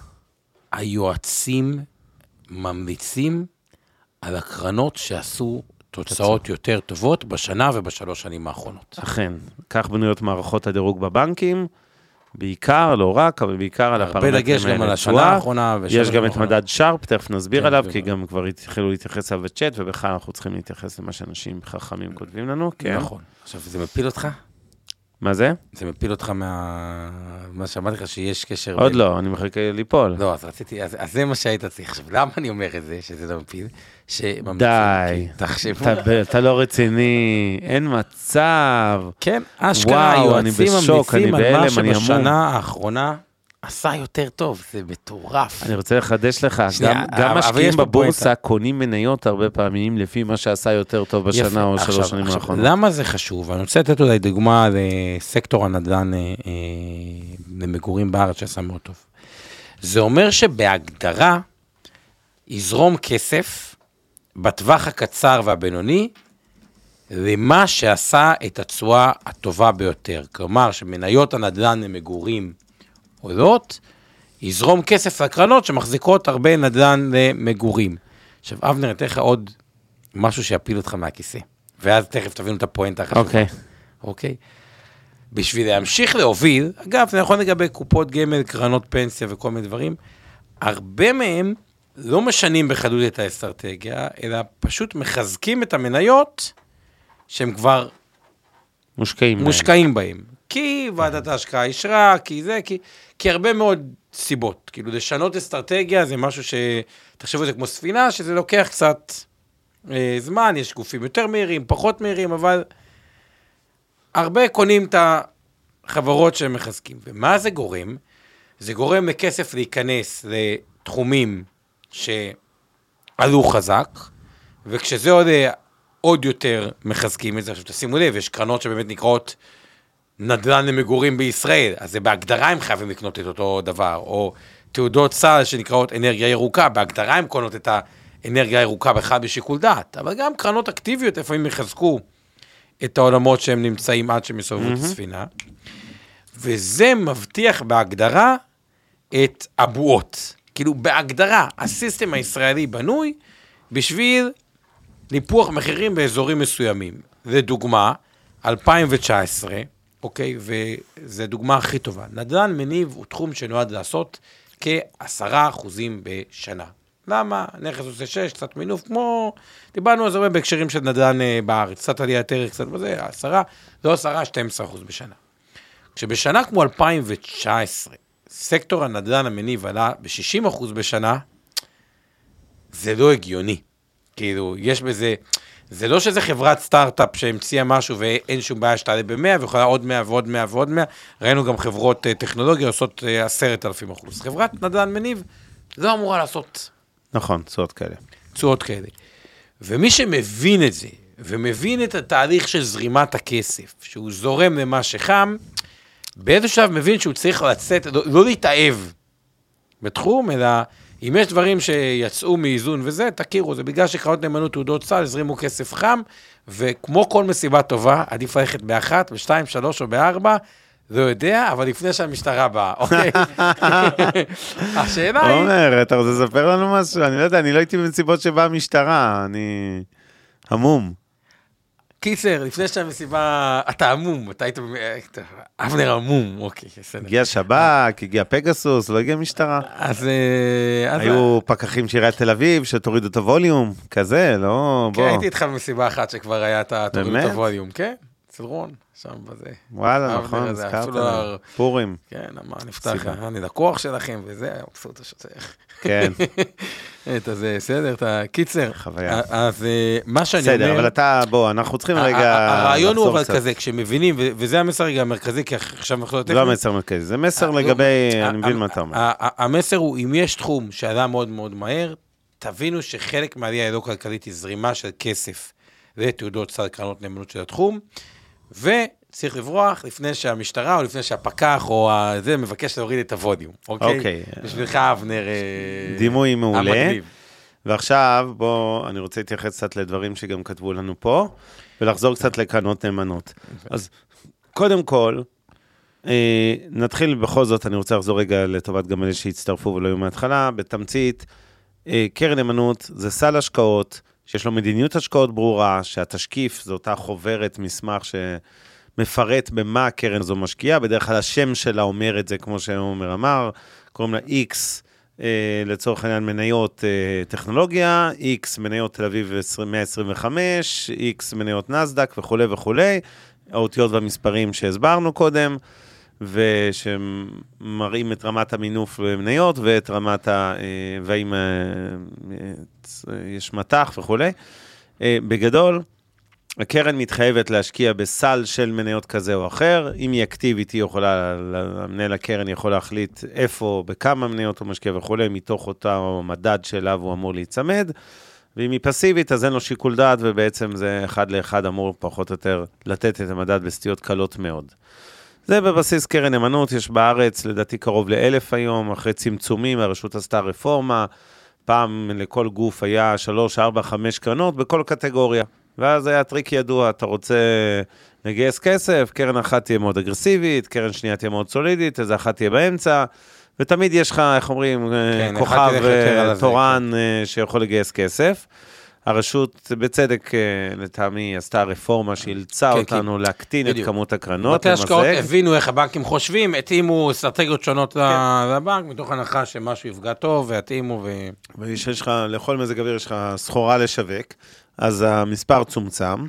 היועצים ממליצים על הקרנות שעשו תוצאות יותר טובות בשנה ובשלוש שנים האחרונות. אכן, כך בנויות מערכות הדירוג בבנקים, בעיקר, לא רק, אבל בעיקר על הפרמטרים האלה. הרבה דגש גם על השנה האחרונה. יש גם את מדד שרפ, תכף נסביר עליו, כי גם כבר התחילו להתייחס עליו בצ'אט, ובכלל אנחנו צריכים להתייחס למה שאנשים חכמים כותבים לנו. נכון. עכשיו, זה מפיל אותך? מה זה? זה מפיל אותך מה... מה שאמרתי לך שיש קשר... עוד לא, אני מחכה ליפול. לא, אז רציתי, אז זה מה שהיית צריך. עכשיו, למה אני אומר את זה, שזה לא מפיל? די, אתה לא רציני, אין מצב. כן, אשכרה, היועצים ממליצים על מה שבשנה האחרונה עשה יותר טוב, זה מטורף. אני רוצה לחדש לך, גם משקיעים בבורסה קונים מניות הרבה פעמים לפי מה שעשה יותר טוב בשנה או שלוש שנים האחרונות. למה זה חשוב? אני רוצה לתת אולי דוגמה לסקטור הנדל"ן למגורים בארץ שעשה מאוד טוב. זה אומר שבהגדרה יזרום כסף בטווח הקצר והבינוני, למה שעשה את התשואה הטובה ביותר. כלומר, שמניות הנדל"ן למגורים עולות, יזרום כסף לקרנות שמחזיקות הרבה נדל"ן למגורים. עכשיו, אבנר, אתן לך עוד משהו שיפיל אותך מהכיסא, ואז תכף תבינו את הפואנטה החשובה. אוקיי. אוקיי? בשביל להמשיך להוביל, אגב, זה נכון לגבי קופות גמל, קרנות פנסיה וכל מיני דברים, הרבה מהם לא משנים בחדות את האסטרטגיה, אלא פשוט מחזקים את המניות שהם כבר מושקעים, מושקעים בהם. בהם. כי ועדת ההשקעה ישרה, כי זה, כי, כי הרבה מאוד סיבות. כאילו, לשנות אסטרטגיה זה משהו ש... תחשבו זה כמו ספינה, שזה לוקח קצת אה, זמן, יש גופים יותר מהירים, פחות מהירים, אבל הרבה קונים את החברות שהם מחזקים. ומה זה גורם? זה גורם לכסף להיכנס לתחומים שעלו חזק, וכשזה עוד, עוד יותר מחזקים את זה. עכשיו תשימו לב, יש קרנות שבאמת נקראות נדל"ן למגורים בישראל, אז זה בהגדרה הם חייבים לקנות את אותו דבר, או תעודות סל שנקראות אנרגיה ירוקה, בהגדרה הם קונות את האנרגיה הירוקה בכלל בשיקול דעת, אבל גם קרנות אקטיביות לפעמים יחזקו את העולמות שהם נמצאים עד שהם יסובבו את הספינה, וזה מבטיח בהגדרה את הבועות. כאילו בהגדרה, הסיסטם הישראלי בנוי בשביל ניפוח מחירים באזורים מסוימים. זה דוגמה, אלפיים תשע עשרה, אוקיי, וזו דוגמה הכי טובה. נדל"ן מניב הוא תחום שנועד לעשות כעשרה אחוזים בשנה. למה? נכס עושה שש, קצת מינוף, כמו, דיברנו על זה הרבה בהקשרים של נדל"ן בארץ, קצת עלייה יותר, קצת בזה, עשרה, לא עשרה, שתים עשרה אחוז בשנה. כשבשנה כמו אלפיים תשע עשרה, סקטור הנדל"ן המניב עלה ב-שישים אחוז בשנה, זה לא הגיוני. כאילו, יש בזה, זה לא שזה חברת סטארט-אפ שהמציאה משהו ואין שום בעיה שתעלה ב-מאה, ויכולה עוד מאה ועוד מאה ועוד מאה. ראינו גם חברות טכנולוגיה עושות עשרת אלפים אחוז. חברת נדל"ן מניב לא אמורה לעשות. נכון, תשואות כאלה. תשואות כאלה. ומי שמבין את זה, ומבין את התהליך של זרימת הכסף, שהוא זורם למה שחם, באיזה שלב מבין שהוא צריך לצאת, לא, לא להתאהב בתחום, אלא אם יש דברים שיצאו מאיזון וזה, תכירו, זה בגלל שקרנות נאמנות תעודות סל, הזרימו כסף חם, וכמו כל מסיבה טובה, עדיף ללכת באחת, בשתיים, שלוש או בארבע, לא יודע, אבל לפני שהמשטרה באה, אוקיי? השאלה היא... עומר, אתה רוצה לספר לנו משהו? אני לא יודע, אני לא הייתי במסיבות שבאה המשטרה, אני המום. קיצר, לפני שהמסיבה, אתה עמום, אתה היית, אבנר עמום, אוקיי, בסדר. הגיע שב"כ, הגיע פגסוס, לא הגיע משטרה. אז... היו פקחים שעיריית תל אביב, שתורידו את הווליום, כזה, לא... כן, הייתי איתך במסיבה אחת שכבר היה את תורידו את הווליום, כן? אצל רון, שם בזה. וואלה, נכון, הזכרת, פורים. כן, אמר, נפתח, אני לקוח שלכם, וזה, מבסוט השוצח. כן. את הזה, בסדר, את הקיצר. חוויה. אז מה שאני אומר... בסדר, אבל אתה, בוא, אנחנו צריכים רגע... הרעיון הוא אבל כזה, כשמבינים, וזה המסר רגע המרכזי, כי עכשיו אנחנו לא... זה לא המסר המרכזי, זה מסר לגבי, אני מבין מה אתה אומר. המסר הוא, אם יש תחום שעלה מאוד מאוד מהר, תבינו שחלק מהעלייה הלא כלכלית היא זרימה של כסף ותעודות סל קרנות נאמנות של התחום, וצריך לברוח לפני שהמשטרה, או לפני שהפקח, או זה מבקש להוריד את הוודיום, אוקיי? אוקיי. בשבילך, אבנר, דימוי מעולה. ועכשיו, בוא, אני רוצה להתייחס קצת לדברים שגם כתבו לנו פה, ולחזור קצת לקרנות נאמנות. אז קודם כל, נתחיל בכל זאת, אני רוצה לחזור רגע לטובת גם אלה שהצטרפו ולא היו מההתחלה, בתמצית, קרן נאמנות זה סל השקעות, שיש לו מדיניות השקעות ברורה, שהתשקיף זו אותה חוברת, מסמך שמפרט במה הקרן זו משקיעה, בדרך כלל השם שלה אומר את זה, כמו שעומר אמר, קוראים לה X, אה, לצורך העניין מניות אה, טכנולוגיה, X מניות תל אביב מאה עשרים וחמש, X מניות נסדק וכו' וכו', האותיות והמספרים שהסברנו קודם, ושמראים את רמת המינוף במניות, ואת רמת ה... והאם יש מתח וכו'. בגדול, הקרן מתחייבת להשקיע בסל של מניות כזה או אחר, אם היא אקטיבית, היא יכולה, המנהל הקרן יכול להחליט איפה, בכמה מניות הוא משקיע וכו', מתוך אותו מדד שאליו הוא אמור להיצמד, ואם היא פסיבית, אז אין לו שיקול דעת, ובעצם זה אחד לאחד אמור פחות או יותר לתת את המדד בסטיות קלות מאוד. זה בבסיס קרן נאמנות, יש בארץ לדעתי קרוב לאלף היום, אחרי צמצומים, הרשות עשתה רפורמה, פעם לכל גוף היה שלוש, ארבע, חמש קרנות בכל קטגוריה, ואז היה טריק ידוע, אתה רוצה לגייס כסף, קרן אחת תהיה מאוד אגרסיבית, קרן שנייה תהיה מאוד סולידית, איזה אחת תהיה באמצע, ותמיד יש לך, איך אומרים, כן, כוכב תורן כן. שיכול לגייס כסף. הרשות בצדק לטעמי עשתה רפורמה שאילצה כן, אותנו כן. להקטין בדיוק. את כמות הקרנות. בתי השקעות הבינו איך הבנקים חושבים, התאימו אסטרטגיות שונות כן. לבנק, מתוך הנחה שמשהו יפגע טוב, והתאימו ו... ויש לך, לכל מזג אוויר יש לך סחורה לשווק, אז המספר צומצם,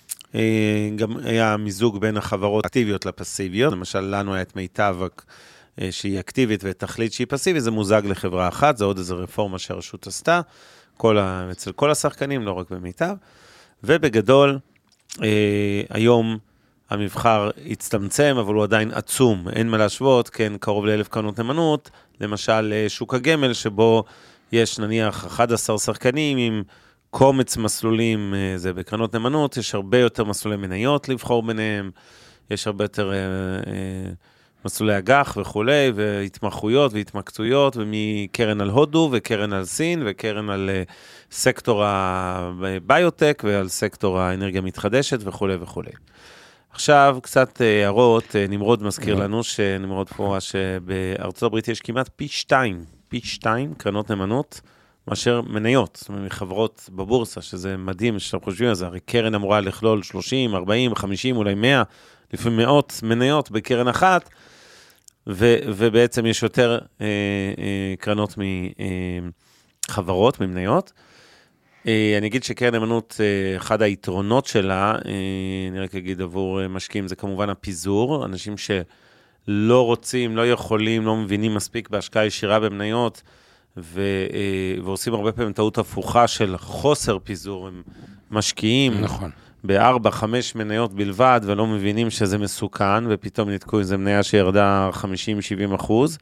גם היה מיזוג בין החברות אקטיביות לפסיביות, למשל לנו היה את מיטב שהיא אקטיבית ותכלית שהיא פסיבית, זה מוזג לחברה אחת, זה עוד איזו רפורמה שהרשות עשתה, כל ה... אצל כל השחקנים, לא רק במיטב, ובגדול, אה, היום המבחר הצטמצם, אבל הוא עדיין עצום, אין מה להשוות, כן, קרוב לאלף קרנות נאמנות, למשל שוק הגמל, שבו יש נניח אחד עשר שחקנים עם קומץ מסלולים, אה, זה בקרנות נאמנות, יש הרבה יותר מסלולי מניות לבחור ביניהם, יש הרבה יותר... אה, אה, מסלולי אג"ח וכו', והתמחויות והתמקצויות, ומקרן על הודו, וקרן על סין, וקרן על סקטור הביוטק, ועל סקטור האנרגיה מתחדשת וכו' וכו'. עכשיו, קצת הערות, נמרוד מזכיר לנו, שנמרוד פה, שבארצות הברית יש כמעט פי שתיים, פי שתיים קרנות נאמנות, מאשר מניות, זאת אומרת, מחברות בבורסה, שזה מדהים שאתם חושבים על זה, הרי קרן אמורה לכלול שלושים, ארבעים, חמישים, אולי מאה, לפעמים מאות מניות בקרן אחת, ו, ובעצם יש יותר אה, אה, קרנות מחברות, ממניות. אה, אני אגיד שקרן נאמנות, אה, אחד היתרונות שלה, אה, אני רק אגיד עבור משקיעים, זה כמובן הפיזור, אנשים שלא רוצים, לא יכולים, לא מבינים מספיק בהשקעה ישירה במניות, ו, אה, ועושים הרבה פעמים טעות הפוכה של חוסר פיזור, הם משקיעים. נכון. בארבע, חמש מניות בלבד, ולא מבינים שזה מסוכן, ופתאום נתקו איזו מניה שירדה חמישים שבעים אחוז,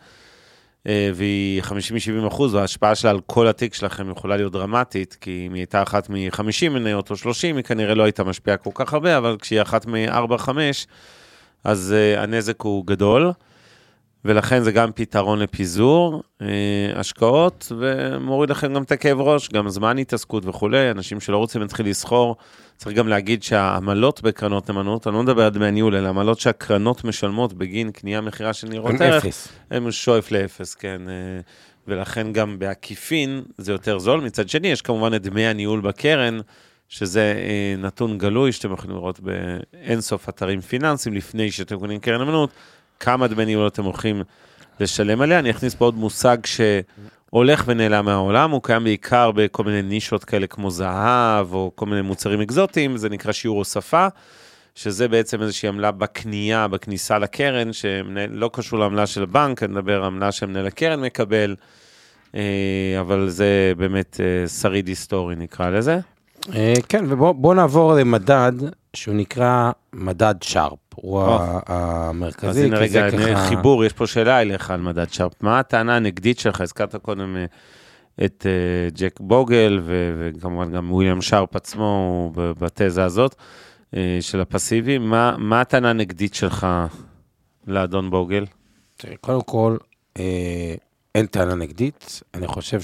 והיא חמישים שבעים אחוז, וההשפעה שלה על כל התיק שלכם יכולה להיות דרמטית, כי אם היא הייתה אחת מ-חמישים מניות או שלושים, היא כנראה לא הייתה משפיעה כל כך הרבה, אבל כשהיא אחת מ-ארבע חמש, אז הנזק הוא גדול, ולכן זה גם פתרון לפיזור, השקעות, ומוריד לכם גם את הכאב ראש, גם זמן התעסקות וכו'. אנשים שלא רוצים להתחיל לסחור, צריך גם להגיד שהעמלות בקרנות נאמנות, אני לא מדבר על דמי הניהול, אלא העמלות שהקרנות משלמות בגין קנייה מחירה של ניירות ערך, הם שואף לאפס, כן. ולכן גם בעקיפין זה יותר זול. מצד שני, יש כמובן את דמי הניהול בקרן, שזה נתון גלוי, שאתם יכולים לראות באינסוף אתרים פיננסיים, לפני שאתם קונים קרן נאמנות, כמה דמי ניהול אתם הולכים לשלם עליה. אני אכניס פה עוד מושג שהולך ונעלם מהעולם, הוא קיים בעיקר בכל מיני נישות כאלה כמו זהב, או כל מיני מוצרים אקזוטיים, זה נקרא שיעור הוספה, שזה בעצם איזושהי עמלה בקנייה, בכניסה לקרן, שלא קשור לעמלה של הבנק, אני מדבר עמלה שמנהל הקרן מקבל, אבל זה באמת שריד היסטורי נקרא לזה. כן, ובואו נעבור למדד שהוא נקרא מדד שרפ, הוא המרכזי. אז הנה רגע, חיבור, יש פה שאלה אליך על מדד שרפ. מה הטענה הנגדית שלך? הזכרת קודם את ג'ק בוגל, וכמובן גם וויליאם שרפ עצמו בתזה הזאת של הפסיבי. מה הטענה הנגדית שלך לאדון בוגל? קודם כל, אין טענה נגדית. אני חושב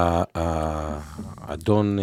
שהאדון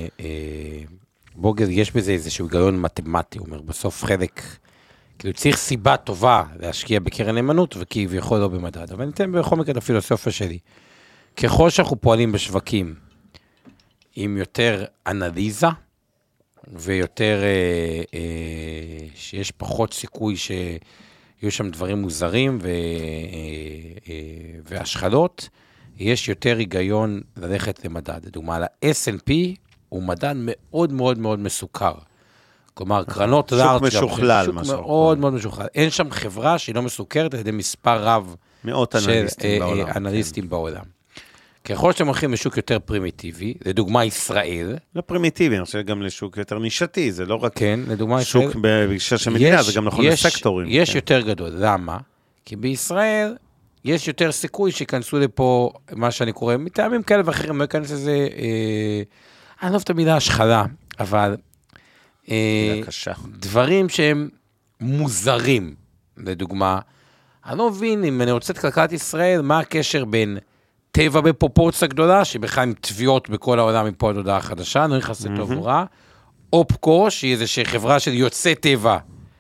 בוגל, יש בזה איזשהו היגיון מתמטי, הוא אומר, בסוף חלק, כאילו צריך סיבה טובה להשקיע בקרן נאמנות, וכביכול לא במדד. אבל ניתן בכל מקרה את הפילוסופיה שלי. ככל שאנחנו פועלים בשווקים עם יותר אנליזה, ויותר, אה, אה, שיש פחות סיכוי שיהיו שם דברים מוזרים ו, אה, אה, והשחלות, יש יותר היגיון ללכת למדד. לדוגמה, ל-אס אנד פי הוא מדד מאוד מאוד מאוד מסוכר. כלומר, קרנות שוק משוכלל. שוק מאוד מאוד משוכלל. אין שם חברה שהיא לא מסוכרת על ידי מספר רב מאות אנליסטים בעולם. אנליסטים בעולם. ככל שאתם הולכים לשוק יותר פרימיטיבי, לדוגמה ישראל. לא פרימיטיבי, אני חושב גם לשוק יותר נישתי, זה לא רק כן, לדוגמה ישראל. שוק בגישה של מדינה, זה גם נכון לסקטורים. יש יותר גדול, למה? כי בישראל יש יותר סיכוי שיכנסו לפה, מה שאני קורא, מטעמים כאלה ואחרים, לא יכנס לזה, אני לא אוהב את המילה השחלה, אבל דברים שהם מוזרים, לדוגמה, אני לא מבין, אם אני רוצה את כלכלת ישראל, מה הקשר בין טבע בפרופורציה גדולה, שבכלל עם תביעות בכל העולם מפה עד הודעה חדשה, לא נכנס לטוב או רע, אופקו, שהיא איזושהי חברה של יוצא טבע,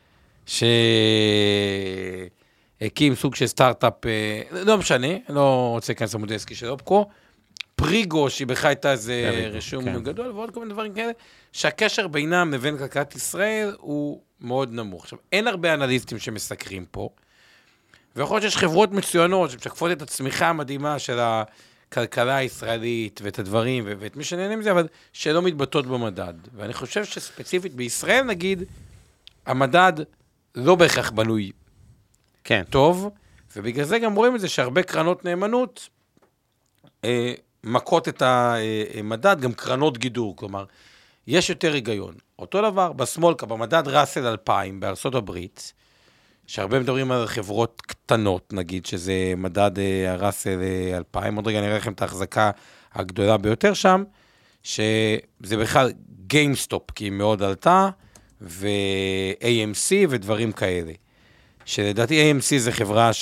שהקים סוג של סטארט-אפ, לא משנה, לא רוצה להיכנס למודל עסקי של אופקו, פריגו, שהיא בכלל הייתה איזה רשום גדול, ועוד כל מיני דברים כאלה, שהקשר בינם לבין כלכלת ישראל הוא מאוד נמוך. עכשיו, אין הרבה אנליסטים שמסקרים פה, ויכול להיות שיש חברות מצוינות שמשקפות את הצמיחה המדהימה של הכלכלה הישראלית ואת הדברים ואת מי שנהנה מזה, אבל שלא מתבטאות במדד. ואני חושב שספציפית בישראל, נגיד, המדד לא בהכרח בנוי כן. טוב, ובגלל זה גם רואים את זה שהרבה קרנות נאמנות אה, מכות את המדד, גם קרנות גידור, כלומר, יש יותר היגיון. אותו דבר בשמאל, במדד ראסל אלפיים בארצות הברית, שהרבה מדברים על חברות קטנות, נגיד, שזה מדד הראסל אלפיים, עוד רגע נראה לכם את ההחזקה הגדולה ביותר שם, שזה בכלל גיימסטופ, כי היא מאוד עלתה, ו-איי אם סי ודברים כאלה. שלדעתי איי אם סי זה חברה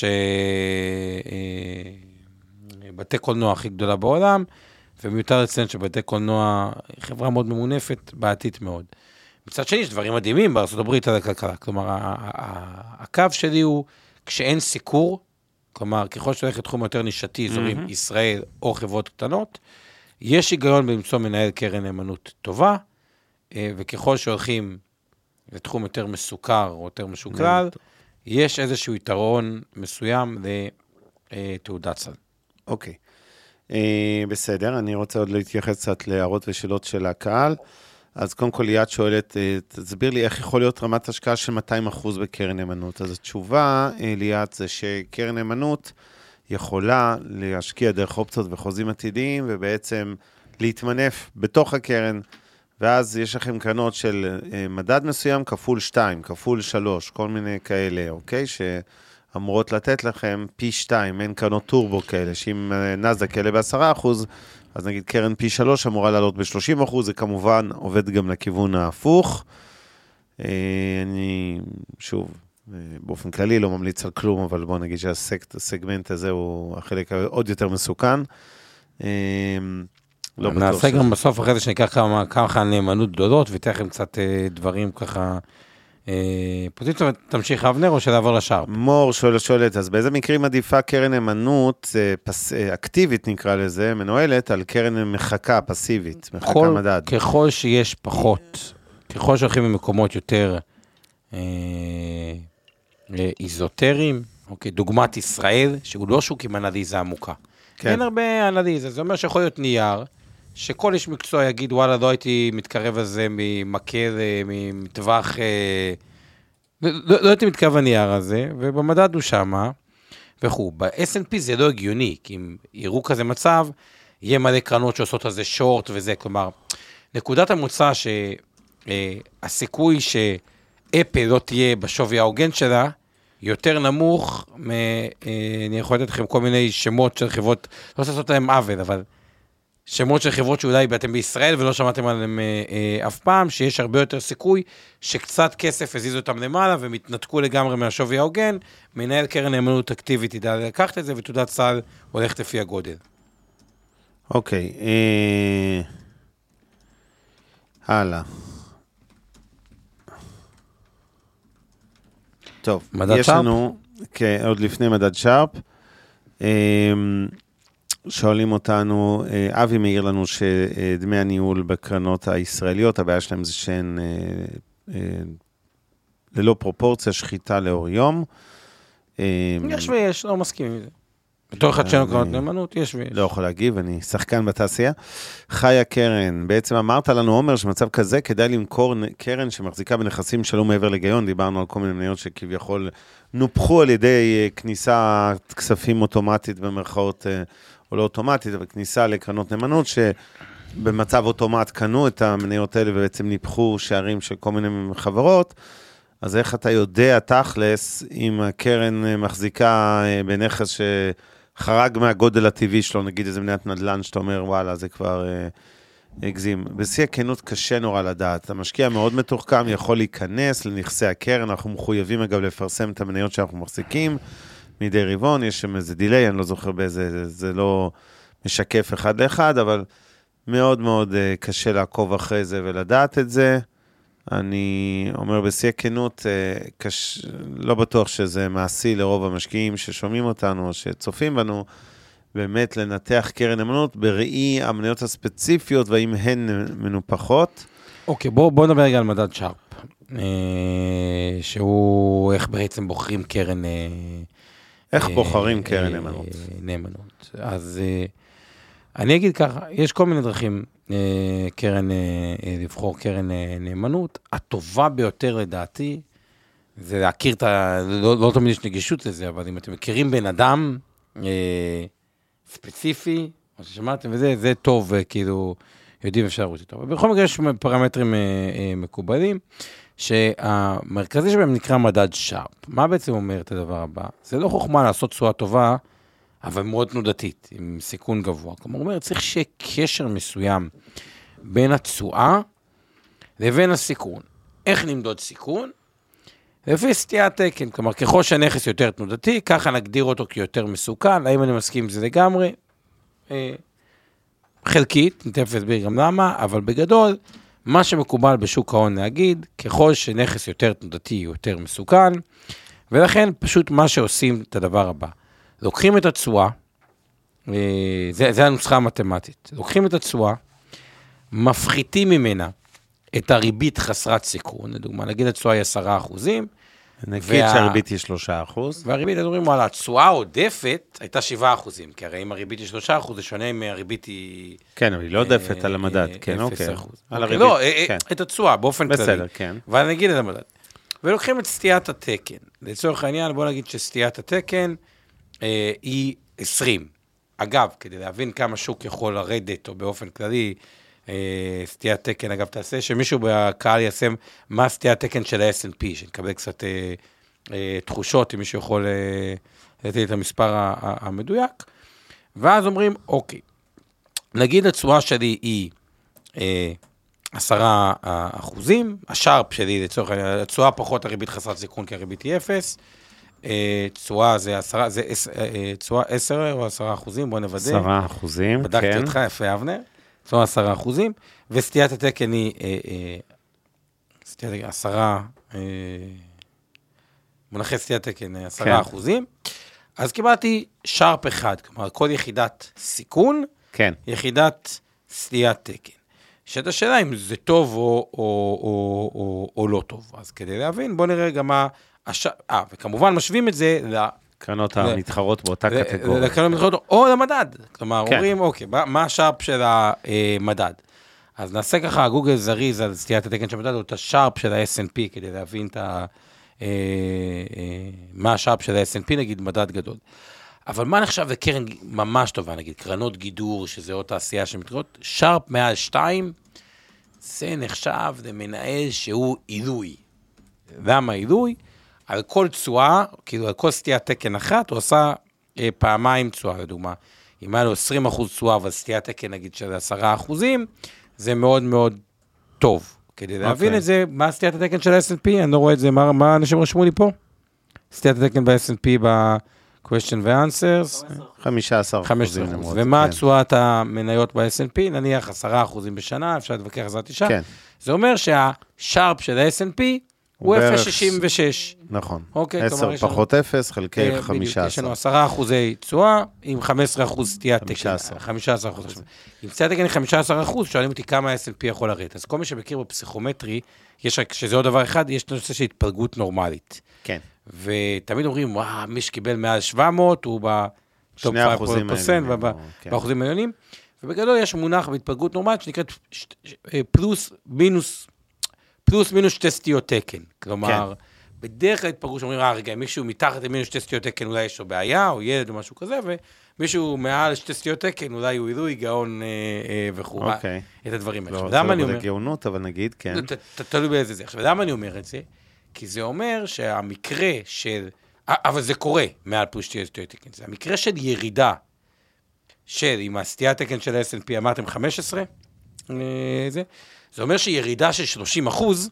שבתי קולנוע הכי גדולה בעולם, ומיותר לציין שבתי קולנוע היא חברה מאוד ממונפת, בעתית מאוד. מצד שני, יש דברים מדהימים בארצות הברית על הכלכלה. כלומר, הקו שלי הוא, כשאין סיקור, כלומר, ככל שהולך לתחום יותר נישתי, אזורים ישראל או חברות קטנות, יש היגיון בלמצוא מנהל קרן נאמנות טובה, וככל שהולכים לתחום יותר מסוכר או יותר משוקלל, יש איזשהו יתרון מסוים לתעודת סל. אוקיי. בסדר, אני רוצה עוד להתייחס קצת להערות ושאלות של הקהל. אז קודם כל ליאת שואלת, תסביר לי איך יכול להיות רמת השקעה של מאתיים אחוז בקרן נאמנות. אז התשובה, ליאת, זה שקרן נאמנות יכולה להשקיע דרך אופציות וחוזים עתידיים, ובעצם להתמנף בתוך הקרן, ואז יש לכם קרנות של מדד מסוים כפול שתיים, כפול שלוש, כל מיני כאלה, אוקיי? שאמורות לתת לכם פי שתיים, אין קרנות טורבו כאלה, שאם נאסד"ק כאלה בעשרה אחוז, אז נגיד קרן פי שלוש אמורה לעלות ב-שלושים אחוז, זה כמובן עובד גם לכיוון ההפוך. אני, שוב, באופן כללי לא ממליץ על כלום, אבל בוא נגיד שהסגמנט הזה הוא החלק עוד יותר מסוכן. לא נעשה גם בסוף אחרי זה שניקח כמה, כמה נאמנות גדולות, ותכף קצת דברים ככה פוזיציה, תמשיך אבנר או שלעבור לשארפ? מור שואלת, שואלת, אז באיזה מקרים עדיפה קרן נאמנות פס, אקטיבית נקרא לזה, מנוהלת על קרן מחקה פסיבית, מחקה כל, מדד? ככל שיש פחות, ככל שהולכים במקומות יותר אה, איזוטריים, אוקיי, דוגמת ישראל, שהוא לא שוק עם אנליזה עמוקה. כן. אין הרבה אנליזה, זה אומר שיכול להיות נייר, שכל איש מקצוע יגיד, וואלה, לא הייתי מתקרב על זה ממקר, מטווח, לא, לא הייתי מתקרב הנייר הזה, ובמדד הוא שמה, וכו'. ב-אס אנד פי זה לא הגיוני, כי אם יראו כזה מצב, יהיה מלא קרנות שעושות על זה שורט וזה, כלומר, נקודת המוצא שהסיכוי שאפל לא תהיה בשווי ההוגן שלה, יותר נמוך, מ, אני יכול לתת לכם כל מיני שמות של חברות, לא רוצה לעשות להם עוול, אבל שמות של חברות שאולי אתם בישראל ולא שמעתם עליהם אה, אה, אף פעם, שיש הרבה יותר סיכוי שקצת כסף הזיזו אותם למעלה ומתנתקו לגמרי מהשווי ההוגן, מנהל קרן נאמנות אקטיבית ידע לקחת את זה, ותעודת סל הולכת לפי הגודל. אוקיי. אה... הלאה. טוב, יש שרפ? לנו, כן, עוד לפני מדד שרפ, אה... שואלים אותנו, אבי מעיר לנו שדמי הניהול בקרנות הישראליות, הבעיה שלהם זה שהן ללא פרופורציה, שחיטה לאור יום. יש ויש, לא מסכים עם זה. בתור אחד שאין קרנות נאמנות, יש ויש. לא יכול להגיב, אני שחקן בתעשייה. חיה קרן, בעצם אמרת לנו, עומר, שמצב כזה כדאי למכור קרן שמחזיקה בנכסים שלא מעבר לגיון, דיברנו על כל מיני מניות שכביכול נופחו על ידי כניסה כספים אוטומטית במרכאות, או לא אוטומטית, אבל כניסה לקרנות נאמנות, שבמצב אוטומט קנו את המניות האלה, ובעצם ניפחו שערים של כל מיני חברות, אז איך אתה יודע תכלס, אם הקרן מחזיקה בנכס שחרג מהגודל הטבעי שלו, נגיד איזה מניית נדל"ן, שאתה אומר, וואלה, זה כבר הגזים. בשיא הכנות קשה נורא לדעת. המשקיע מאוד מתוחכם, יכול להיכנס לנכסי הקרן, אנחנו מחויבים אגב לפרסם את המניות שאנחנו מחזיקים, מדי רבעון, יש שם איזה דילי, אני לא זוכר באיזה, זה, זה לא משקף אחד לאחד, אבל מאוד מאוד קשה לעקוב אחרי זה ולדעת את זה. אני אומר בשיא הכנות, קש... לא בטוח שזה מעשי לרוב המשקיעים ששומעים אותנו, או שצופים בנו, באמת לנתח קרן נאמנות בראי המניות הספציפיות, והאם הן מנופחות. אוקיי, בוא, בוא נדבר רגע על מדד שרפ, שהוא איך בעצם בוחרים קרן... איך בוחרים קרן נאמנות? נאמנות. אז אני אגיד ככה, יש כל מיני דרכים קרן, לבחור קרן נאמנות. הטובה ביותר לדעתי, זה להכיר את ה... לא, לא תמיד יש נגישות לזה, אבל אם אתם מכירים בן אדם ספציפי, או ששמעתם וזה, זה טוב, כאילו, יודעים אפשר לראות איתו. ובכל מקרה יש פרמטרים מקובלים, שהמרכזי שבהם נקרא מדד שרפ. מה בעצם אומר את הדבר הבא? זה לא חוכמה לעשות תשואה טובה, אבל מאוד תנודתית, עם סיכון גבוה. כלומר, הוא אומר, צריך שיהיה קשר מסוים בין התשואה לבין הסיכון. איך נמדוד סיכון? לפי סטיית תקן. כלומר, ככל שהנכס יותר תנודתי, ככה נגדיר אותו כיותר מסוכן. האם אני מסכים עם זה לגמרי? אה, חלקית, נתף להסביר גם למה, אבל בגדול, מה שמקובל בשוק ההון להגיד, ככל שנכס יותר תנודתי, יותר מסוכן, ולכן פשוט מה שעושים את הדבר הבא. לוקחים את התשואה, זה, זה הנוסחה המתמטית, לוקחים את התשואה, מפחיתים ממנה את הריבית חסרת סיכון, לדוגמה, נגיד התשואה היא עשרה אחוזים, נגיד וה... שהריבית היא שלושה אחוז. והריבית, אז אומרים, וואלה, התשואה העודפת הייתה שבעה אחוזים, כי הרי אם הריבית היא שלושה אחוז, זה שונה אם הריבית היא... כן, אבל היא לא עודפת על המדד, כן, אוקיי. אפס אחוז. לא, את התשואה, באופן כללי. בסדר, כן. ואני נגיד את המדד. ולוקחים את סטיית התקן. לצורך העניין, בוא נגיד שסטיית התקן היא עשרים. אגב, כדי להבין כמה שוק יכול לרדת, או באופן כללי, סטיית תקן, אגב, תעשה שמישהו בקהל יעשה מה סטיית תקן של ה-אס אנד פי, שנקבל קצת אה, אה, תחושות, אם מישהו יכול אה, לתת את המספר המדויק, ואז אומרים, אוקיי, נגיד התשואה שלי היא אה, עשרה אחוזים, השארפ שלי לצורך, התשואה פחות הריבית חסרת סיכון, כי הריבית היא אפס, תשואה זה עשרה, זה תשואה עשר או עשרה אחוזים, בוא נוודא. עשרה אחוזים, כן. בדקתי אותך, יפה אבנר. זו עשרה אחוזים, וסטיית התקן היא עשרה מונחי סטיית תקן עשרה אחוזים, אז קיבלתי שרפ אחד, כלומר, כל יחידת סיכון, כן. יחידת סטיית תקן. שאת השאלה אם זה טוב או, או, או, או, או לא טוב. אז כדי להבין, בוא נראה גם מה... הש... אה, וכמובן משווים את זה ל... קרנות המתחרות באותה קטגוריה. לקרנות המתחרות, או למדד. כלומר, כן. אומרים, אוקיי, מה השרפ של המדד? אז נעשה ככה, גוגל זריז על סטיית התקן של המדד, או את השרפ של ה-אס אנד פי, כדי להבין את ה... מה השרפ של ה-אס אנד פי, נגיד, מדד גדול. אבל מה נחשב לקרן ממש טובה, נגיד, קרנות גידור, שזה עוד תעשייה שמתקרות, שרפ מעל שתיים, זה נחשב למנהל שהוא עילוי. למה עילוי? על כל צועה, כאילו על כל סטיית תקן אחת, הוא עושה אה, פעמיים צועה, לדוגמה. אם היה לו עשרים אחוז צועה, אבל סטיית תקן, נגיד, של עשרה אחוזים, זה מאוד מאוד טוב. כדי להבין okay. את זה, מה סטיית התקן של ה-אס אנד פי? אני לא רואה את זה, מה, מה אנשים רשמו לי פה? סטיית התקן ב-אס אנד פי ב-question ו-answers? חמישה עשר אחוזים. ומה צועת המניות ב-אס אנד פי? נניח עשרה אחוזים בשנה, אפשר להתווכח על זה תשעה. כן. זה אומר שהשרפ של ה-אס אנד פי הוא אפס נקודה שישים ושש. נכון. אוקיי, עשר פחות אפס חלקי חמישה עשר. יש לנו עשרה אחוזי צועה עם חמש עשרה אחוז סטיית תקן. חמישה עשר אחוז. אם סטיית תקן היא חמישה עשר אחוז, שואלים אותי כמה ה-אס אנד פי יכול לרדת. אז כל מי שמכיר בפסיכומטרי, יש רק, שזה עוד דבר אחד, יש נושא של התפלגות נורמלית. כן. ותמיד אומרים, וואו, מי שקיבל מעל שבע מאות, הוא בטופ חמש פרסנט, באחוזים מיליונים. ובגדול יש מונח בהתפלגות נורמלית, שנקראת פלוס, מינוס, פלוס מינוס שתי סטיות תקן. כלומר, בדרך כלל התפלגות שאומרים, אה, רגע, מישהו מתחת למינוס שתי סטיות תקן, אולי יש לו בעיה, או ילד או משהו כזה, ומישהו מעל שתי סטיות תקן, אולי הוא עילוי, גאון וכו'. את הדברים האלה. לא, זה לא בדי גאונות, אבל נגיד, כן. תלוי באיזה זה. עכשיו, למה אני אומר את זה? כי זה אומר שהמקרה של, אבל זה קורה מעל פלוס שתי סטיות תקן, זה המקרה של ירידה, של, עם הסטיית תקן של ה-אס אנד פי אמרתם חמש עשרה, זה, זה אומר שירידה של שלושים אחוז,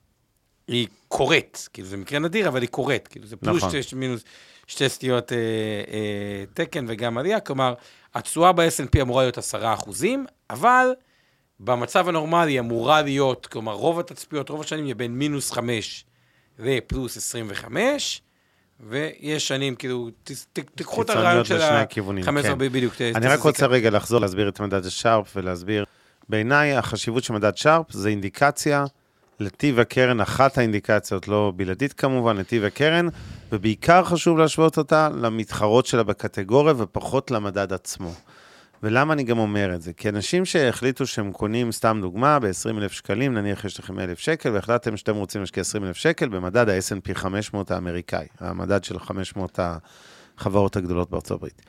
היא קורית, כאילו זה מקרה נדיר, אבל היא קורית, כאילו זה פלוס נכון. שתי, מינוס שתי סטיות אה, אה, תקן וגם עלייה, כלומר, התשואה ב-אס אנד פי אמורה להיות עשרה אחוזים, אבל במצב הנורמלי אמורה להיות, כלומר, רוב התצפיות, רוב השנים יהיה בין מינוס חמש ופלוס עשרים וחמש, ויש שנים, כאילו, תיקחו את הרעיון של ה-חמש עשרה בדיוק. אני רק רוצה רגע לחזור, להסביר את מדד השרפ, ולהסביר, בעיניי החשיבות של מדד שרפ, זה אינדיקציה לטיב הקרן, אחת האינדיקציות, לא בלעדית כמובן, לטיב הקרן, ובעיקר חשוב להשוות אותה למתחרות שלה בקטגוריה, ופחות למדד עצמו. ולמה אני גם אומר את זה? כי אנשים שהחליטו שהם קונים, סתם דוגמה, ב-עשרים אלף שקלים, נניח יש לכם אלף שקל, והחלטתם שאתם רוצים להשקיע עשרים אלף שקל, במדד ה-אס אנד פי חמש מאות האמריקאי, המדד של חמש מאות החברות הגדולות בארצות הברית.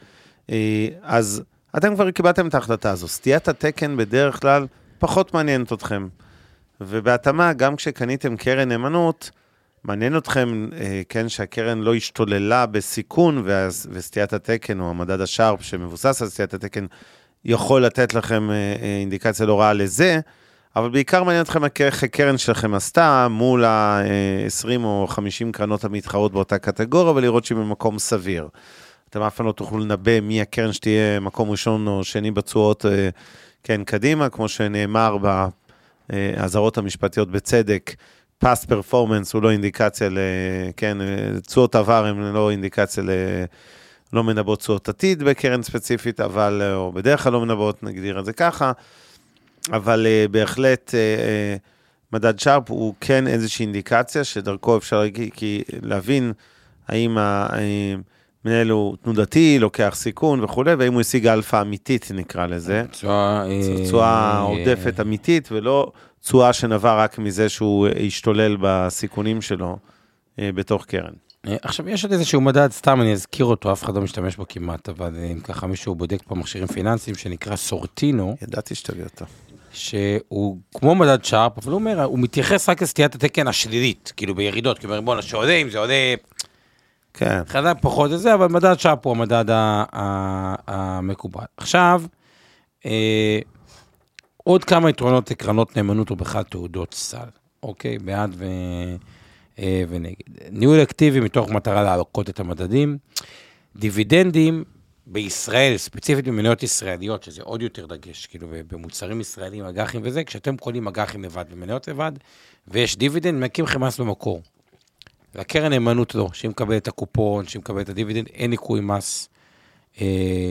אז אתם כבר קיבלתם את ההחלטה הזו. סטיית התקן בדרך כלל פחות מעניינת אתכם. ובהתאמה, גם כשקניתם קרן נאמנות, מעניין אתכם, כן, שהקרן לא השתוללה בסיכון, וסטיית התקן, או המדד השרפ שמבוסס על סטיית התקן, יכול לתת לכם אינדיקציה לא רעה לזה, אבל בעיקר מעניין אתכם איך הקרן שלכם עשתה, מול ה-עשרים או חמישים קרנות המתחרות באותה קטגוריה, ולראות שהיא במקום סביר. אתם אף פעם לא תוכלו לנבא מי הקרן שתהיה מקום ראשון או שני בצועות, כן, קדימה, כמו שנאמר בהזהרות המשפטיות בצדק, past performance הוא לא אינדיקציה ל... כן, צועות עבר הם לא אינדיקציה ל... לא מנבאות צועות עתיד בקרן ספציפית, אבל, או בדרך כלל לא מנבאות, נגדיר את זה ככה, אבל בהחלט מדד שרפ הוא כן איזושהי אינדיקציה, שדרכו אפשר כי להבין האם המנהל הוא תנודתי, לוקח סיכון וכו', והאם הוא השיג אלפא אמיתית נקרא לזה, צועה עודפת אמיתית, ולא צועה שנבע רק מזה שהוא ישתולל בסיכונים שלו בתוך קרן. עכשיו, יש עוד איזשהו מדד, סתם אני אזכיר אותו, אף אחד לא משתמש בו כמעט, אבל אם ככה מישהו בודק פה מכשירים פיננסיים, שנקרא סורטינו. ידעתי שתביא אותו. שהוא כמו מדד שרפ, אבל הוא אומר, הוא מתייחס רק לסטיית התקן השלילית, כאילו בירידות, כי הוא אומר, בוא נשעודה, אם זה עולה... כן. חזק פחות לזה, אבל מדד שרפ הוא המדד המקובל. עכשיו, עוד כמה יתרונות לקרנות נאמנות ובכלל תעודות סל, אוקיי? בעד ו... ונגד. ניהול אקטיבי מתוך מטרה להעלות את המדדים, דיבידנדים בישראל, ספציפית במניות ישראליות, שזה עוד יותר דגש, כאילו במוצרים ישראלים, אג"חים וזה, כשאתם קונים אג"חים לבד ומניות לבד, ויש דיבידנד, מקים לכם מס במקור. והקרן נאמנות לא, שהיא מקבלת את הקופון, שהיא מקבלת את הדיבידנד, אין ניקוי מס אה,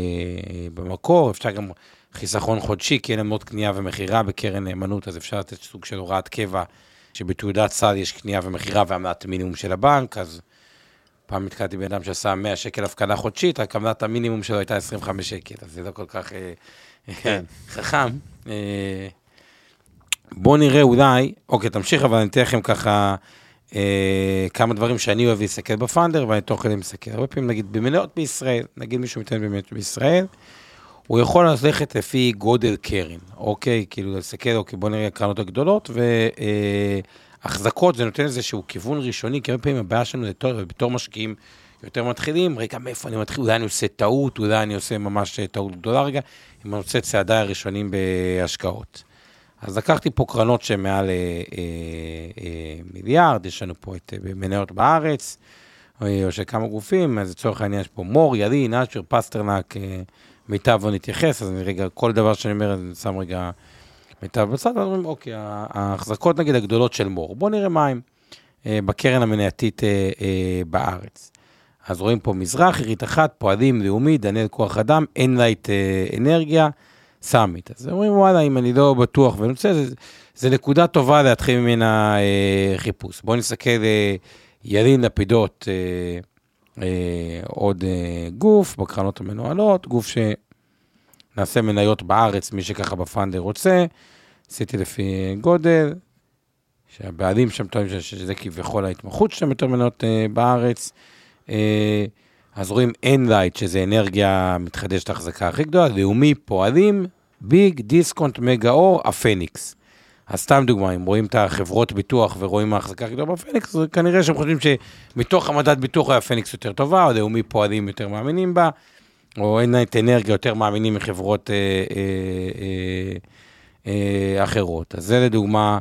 במקור, אפשר גם חיסכון חודשי, כי אין עמלות קנייה ומחירה בקרן נאמנות, אז אפשר לתת סוג של הוראת קבע, שבתעודת סל יש קנייה ומחירה ועמלת מינימום של הבנק, אז פעם התקעתי בן אדם שעשה מאה שקל הפקדה חודשית, רק עמלת המינימום שלו הייתה עשרים וחמישה שקל, אז זה לא כל כך כן. חכם. אה, בואו נראה אולי, אוקיי, תמשיך, אבל אני אתן לכם ככה, אה, כמה דברים שאני אוהב להסתכל בפאנדר, ואני תוך כדי מסתכל. הרבה פעמים, נגיד, במניות בישראל, נגיד מישהו מתן במניות בישראל, הוא יכול ללכת לפי גודל קרן, אוקיי? כאילו, לסתכל, אוקיי, בואו נראה הקרנות הגדולות, והחזקות, זה נותן איזשהו כיוון ראשוני, כי הרבה פעמים הבעיה שלנו לתור, בתור משקיעים יותר מתחילים, רגע, מאיפה אני מתחיל? אולי אני עושה טעות, אולי אני עושה ממש טעות גדולה רגע, אם אני רוצה צעדיי הראשונים בהשקעות. אז לקחתי פה קרנות שמעל אה, אה, מיליארד, יש לנו פה את מניות בארץ, או, או שכמה גופים, אז לצורך העניין יש פה מור, ידי, נאצ'ר, פסטרנק, אה, מיטב לא נתייחס, אז אני רגע, כל דבר שאני אומר, אני שם רגע מיטב בצד, ואני אומרים, אוקיי, ההחזקות נגיד הגדולות של מור, בואו נראה מה הם אה, בקרן המנייתית אה, אה, בארץ. אז רואים פה מזרח, עירית אחת, פועלים, לאומי, דניאל כוח אדם, אנלייט אה, אנרגיה, סאמיט. אז אומרים, וואלה, אם אני לא בטוח ונוצא, זה, זה נקודה טובה להתחיל ממנה אה, חיפוש. בואו נסתכל אה, ילין לפידות, אה, אה, עוד אה, גוף, בקרנות המנוהלות, גוף שנעשה מניות בארץ, מי שככה בפאנדר רוצה, עשיתי לפי גודל, שהבעלים שם טועים שזה כביכול ההתמחות שלהם יותר מניות אה, בארץ, אה, אז רואים Enlight, שזה אנרגיה מתחדשת החזקה הכי גדולה, לאומי, פועלים, ביג, דיסקונט, מגה אור, הפניקס. אז סתם דוגמה, אם רואים את החברות ביטוח ורואים ההחזקה הכי גדולה בפניקס, אז כנראה שהם חושבים שמתוך המדד ביטוח הפניקס יותר טובה, או לאומי פועלים יותר מאמינים בה, או Enlight אנרגיה יותר מאמינים מחברות אה, אה, אה, אה, אחרות. אז זה לדוגמה,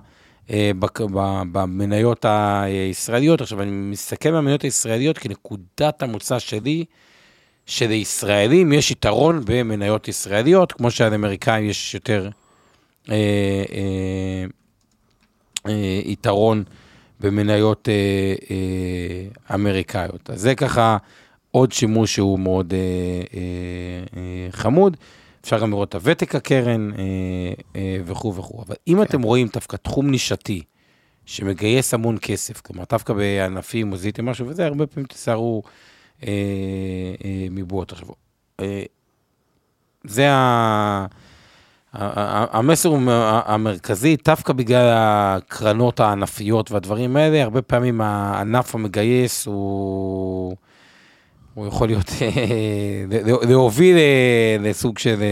במניות הישראליות. עכשיו, אני מסתכל במניות הישראליות, כי נקודת המוצא שלי, שלישראלים יש יתרון במניות ישראליות, כמו שעל אמריקאים יש יותר אה, אה, אה, יתרון במניות אה, אה, אמריקאיות. אז זה ככה עוד שימוש שהוא מאוד אה, אה, אה, חמוד. אפשר גם לראות את הוותק הקרן אה, אה, וכו' וכו'. אבל אם אתם רואים דווקא תחום נישתי, שמגייס המון כסף, כלומר, דווקא בענפים או זיתם משהו, וזה הרבה פעמים תסערו אה, אה, מבואות. עכשיו, אה, זה ה... המסר המרכזי, דווקא בגלל הקרנות הענפיות והדברים האלה, הרבה פעמים הענף המגייס הוא... הוא יכול להיות, להוביל לסוג של,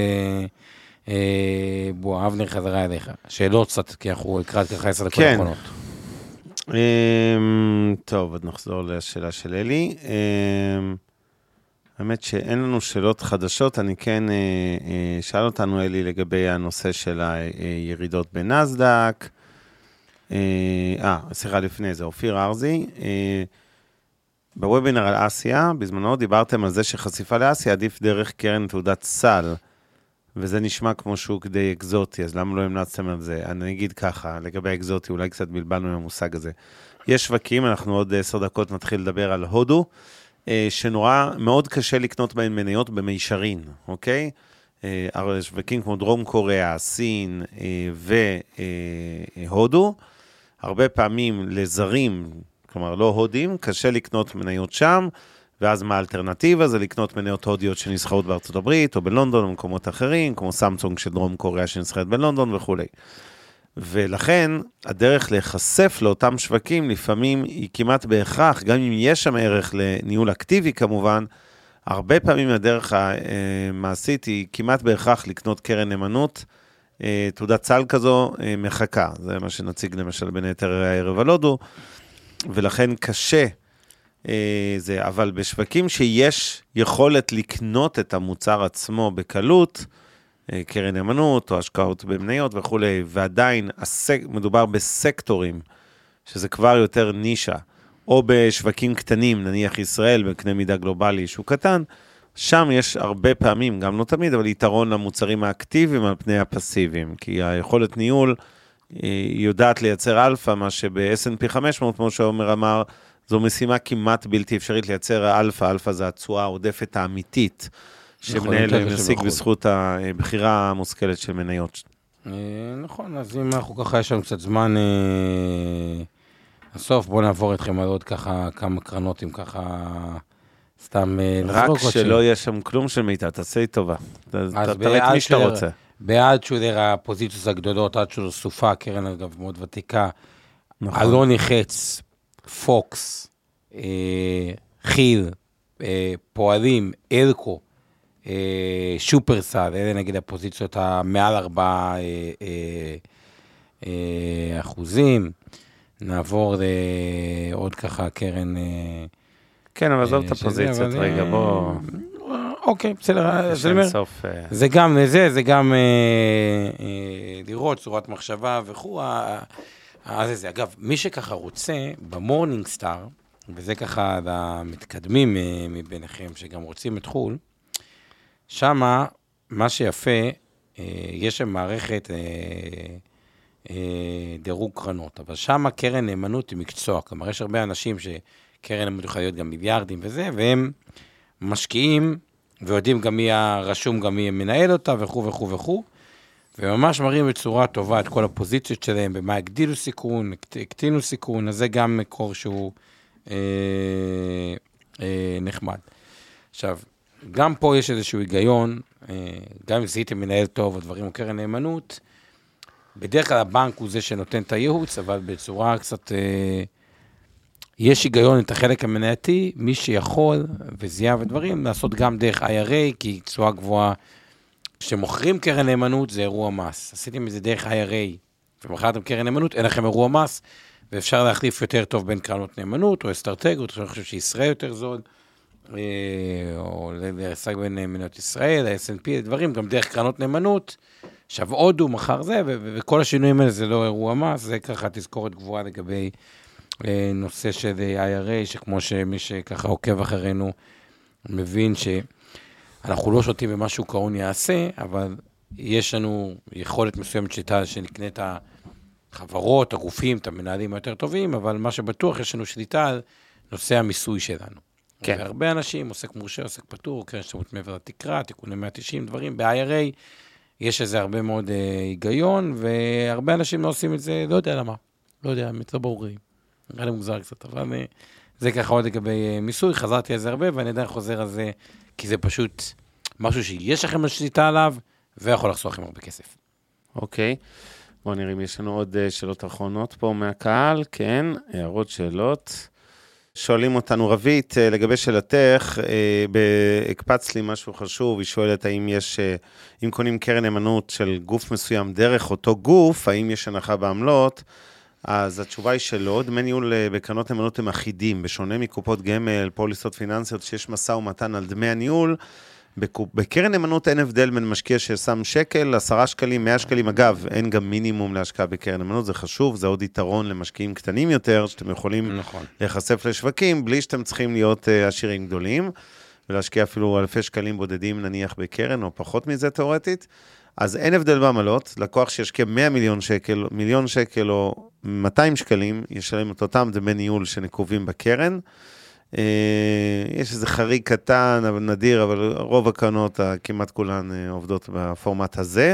בוא, אבנר חזרה אליך. שאלות קצת, כי אנחנו הקראת ככה עשר דקות האחרונות. טוב, עוד נחזור לשאלה של אלי. האמת שאין לנו שאלות חדשות, אני כן, שאל אותנו אלי לגבי הנושא של הירידות בנסדק. אה, סליחה לפני זה, אופיר ארזי. בוובינר על אסיה, בזמנו דיברתם על זה שחשיפה לאסיה עדיף דרך קרן תעודת סל, וזה נשמע כמו שוק די אקזוטי, אז למה לא המלצתם על זה? אני אגיד ככה, לגבי אקזוטי, אולי קצת בלבלנו עם המושג הזה. יש שווקים, אנחנו עוד עשר דקות נתחיל לדבר על הודו, שנורא מאוד קשה לקנות בהן מניות במישרין, אוקיי? שווקים כמו דרום קוריאה, סין והודו, הרבה פעמים לזרים, כלומר, לא הודים, קשה לקנות מניות שם, ואז מה האלטרנטיבה? זה לקנות מניות הודיות שנסחרות בארצות הברית, או בלונדון, או במקומות אחרים, כמו סמסונג של דרום קוריאה שנסחרת בלונדון וכו'. ולכן, הדרך להיחשף לאותם שווקים, לפעמים היא כמעט בהכרח, גם אם יש שם ערך לניהול אקטיבי כמובן, הרבה פעמים הדרך המעשית היא כמעט בהכרח לקנות קרן נאמנות, תעודת סל כזו מחכה. זה מה שנציג למשל בין היתר הערב על הודו, ולכן קשה אה, זה, אבל בשווקים שיש יכולת לקנות את המוצר עצמו בקלות, אה, קרן נאמנות או השקעות במניות וכו', ועדיין הסק, מדובר בסקטורים, שזה כבר יותר נישה, או בשווקים קטנים, נניח ישראל, בקנה מידה גלובלי שהוא קטן, שם יש הרבה פעמים, גם לא תמיד, אבל יתרון למוצרים האקטיביים על פני הפסיביים, כי היכולת ניהול היא יודעת לייצר אלפא, מה שב-אס אנד פי חמש מאות, כמו שעומר אמר, זו משימה כמעט בלתי אפשרית לייצר אלפא, אלפא זה התשואה העודפת האמיתית, שמנהל משיג בזכות הבחירה המושכלת של מניות. נכון, אז אם אנחנו ככה, יש לנו קצת זמן הסוף, בואו נעבור אתכם על עוד ככה כמה קרנות, אם ככה סתם רק שלא יהיה שם כלום של מיטה, תעשה לי טובה. תראה את מי שאתה רוצה. בעד שודר הפוזיציות הגדולות, עד שודר סופה, קרן אגב מאוד ותיקה, אלוני חץ, פוקס, חיל, פועלים, אלקו, שופרסל, אלה נגיד הפוזיציות המעל ארבעה אחוזים. נעבור לעוד ככה קרן... כן, אבל זאת הפוזיציות, רגע, בוא... אוקיי, בסדר, זה גם זה, זה גם לראות צורת מחשבה וכו'. אז זה, אגב, מי שככה רוצה, במורנינג סטאר, וזה ככה המתקדמים מביניכם, שגם רוצים את חול, שמה, מה שיפה, יש שם מערכת דירוג קרנות, אבל שמה קרן נאמנות היא מקצוע, כלומר, יש הרבה אנשים שקרן נאמנות יכולה להיות גם מיליארדים וזה, והם משקיעים, ויודעים גם מי הרשום, גם מי מנהל אותה, וכו' וכו' וכו', וממש מראים בצורה טובה את כל הפוזיציות שלהם, במה הגדילו סיכון, הקטינו סיכון, אז זה גם מקור שהוא אה, אה, נחמד. עכשיו, גם פה יש איזשהו היגיון, אה, גם אם זיהיתם מנהל טוב, או דברים או קרן נאמנות, בדרך כלל הבנק הוא זה שנותן את הייעוץ, אבל בצורה קצת... אה, יש היגיון את החלק המנייתי, מי שיכול, וזיהה ודברים, לעשות גם דרך איי אר איי, כי תשואה גבוהה, כשמוכרים קרן נאמנות, זה אירוע מס. עשיתם את זה דרך איי אר איי, ומכרתם קרן נאמנות, אין לכם אירוע מס, ואפשר להחליף יותר טוב בין קרנות נאמנות, או אסטרטגיות, אני חושב שישראל יותר זול, או להשג בין מניות ישראל, ה-אס אנד פי, דברים, גם דרך קרנות נאמנות, עכשיו עוד הוא מחר זה, וכל השינויים האלה זה לא אירוע מס, זה ככה תזכורת גבוהה לגבי נושא של איי אר איי, שכמו שמי שככה עוקב אחרינו, מבין שאנחנו לא שותים במה שהוא קרון יעשה, אבל יש לנו יכולת מסוימת שיטה שנקנה את החברות, הגופים, את המנהלים היותר טובים, אבל מה שבטוח יש לנו שליטה על נושא המיסוי שלנו. כן. והרבה אנשים, עוסק מורשה, עוסק פטור, קרן שירות מעבר לתקרה, תיקוני מאה תשעים, דברים, ב-איי אר איי יש איזה הרבה מאוד אה, היגיון, והרבה אנשים לא עושים את זה, לא יודע למה, לא יודע, לא ברורים. נראה לי מוזר קצת, אבל אה, זה ככה עוד לגבי אה, מיסוי, חזרתי על זה הרבה, ואני עדיין חוזר על זה, כי זה פשוט משהו שיש לכם שליטה עליו, ויכול לחסוך לכם הרבה כסף. אוקיי, בואו נראה אם יש לנו עוד אה, שאלות אחרונות פה מהקהל, כן, הערות שאלות. שואלים אותנו רבית, לגבי שאלתך, הקפץ לי משהו חשוב, היא שואלת האם יש, אם קונים קרן נאמנות של גוף מסוים דרך אותו גוף, האם יש הנחה בעמלות, אז התשובה היא שלא, דמי ניהול בקרנות נאמנות הם אחידים, בשונה מקופות גמל, פוליסות פיננסיות, שיש מסע ומתן על דמי הניהול, בקרן נאמנות אין הבדל בין משקיע ששם שקל, עשרה שקלים, מאה שקלים, אגב, אין גם מינימום להשקעה בקרן נאמנות, זה חשוב, זה עוד יתרון למשקיעים קטנים יותר, שאתם יכולים נכון. להיחשף לשווקים, בלי שאתם צריכים להיות uh, עשירים גדולים, ולהשקיע אפילו אלפי שקלים בודדים נניח בקרן, או פחות מזה תיאורטית, אז אין הבדל בעמלות, לקוח שישקיע מאה מיליון שקל, מיליון שקל או מאתיים שקלים, ישלם את אותם דמי ניהול שנקובים בקרן, יש איזה חריג קטן, אבל נדיר, אבל רוב הקרנות, כמעט כולן עובדות בפורמט הזה.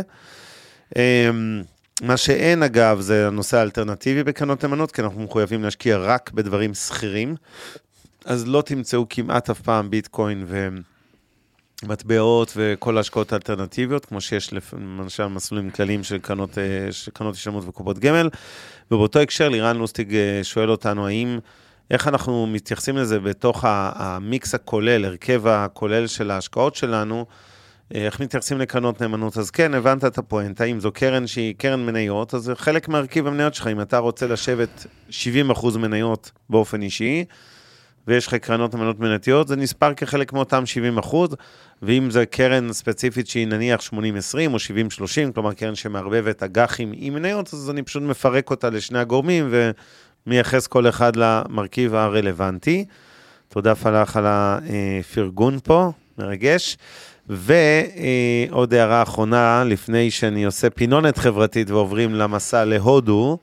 מה שאין אגב, זה הנושא האלטרנטיבי בקרנות נאמנות, כי אנחנו מחויבים להשקיע רק בדברים סחירים, אז לא תמצאו כמעט אף פעם ביטקוין ומטבעות וכל ההשקעות האלטרנטיביות, כמו שיש למשל מסלולים כלליים של קרנות, של קרנות השתלמות וקופות גמל, ובאותו הקשר לירן לוסטיג שואל אותנו, האם איך אנחנו מתייחסים לזה בתוך המיקס הכולל, הרכב הכולל של ההשקעות שלנו, איך מתייחסים לקרנות נאמנות, אז כן, הבנת את הפואנטה, אם זו קרן שהיא קרן מניות, אז זה חלק מהרכיב המניות שלך, אם אתה רוצה לשבת שבעים אחוז מניות באופן אישי, ויש לך קרנות נאמנות מנתיות, זה נספר כחלק מאותם שבעים אחוז, ואם זה קרן ספציפית שהיא נניח שמונים עשרים או שבעים שלושים, כלומר קרן שמערבבת אג"חים עם מניות, אז אני פשוט מפרק אותה לשני הגורמים, ו... מייחס כל אחד למרכיב הרלוונטי. תודה פלח על הפרגון פה. מרגש. ועוד הערה אחרונה, לפני שאני עושה פינונת חברתית ועוברים למסע להודו,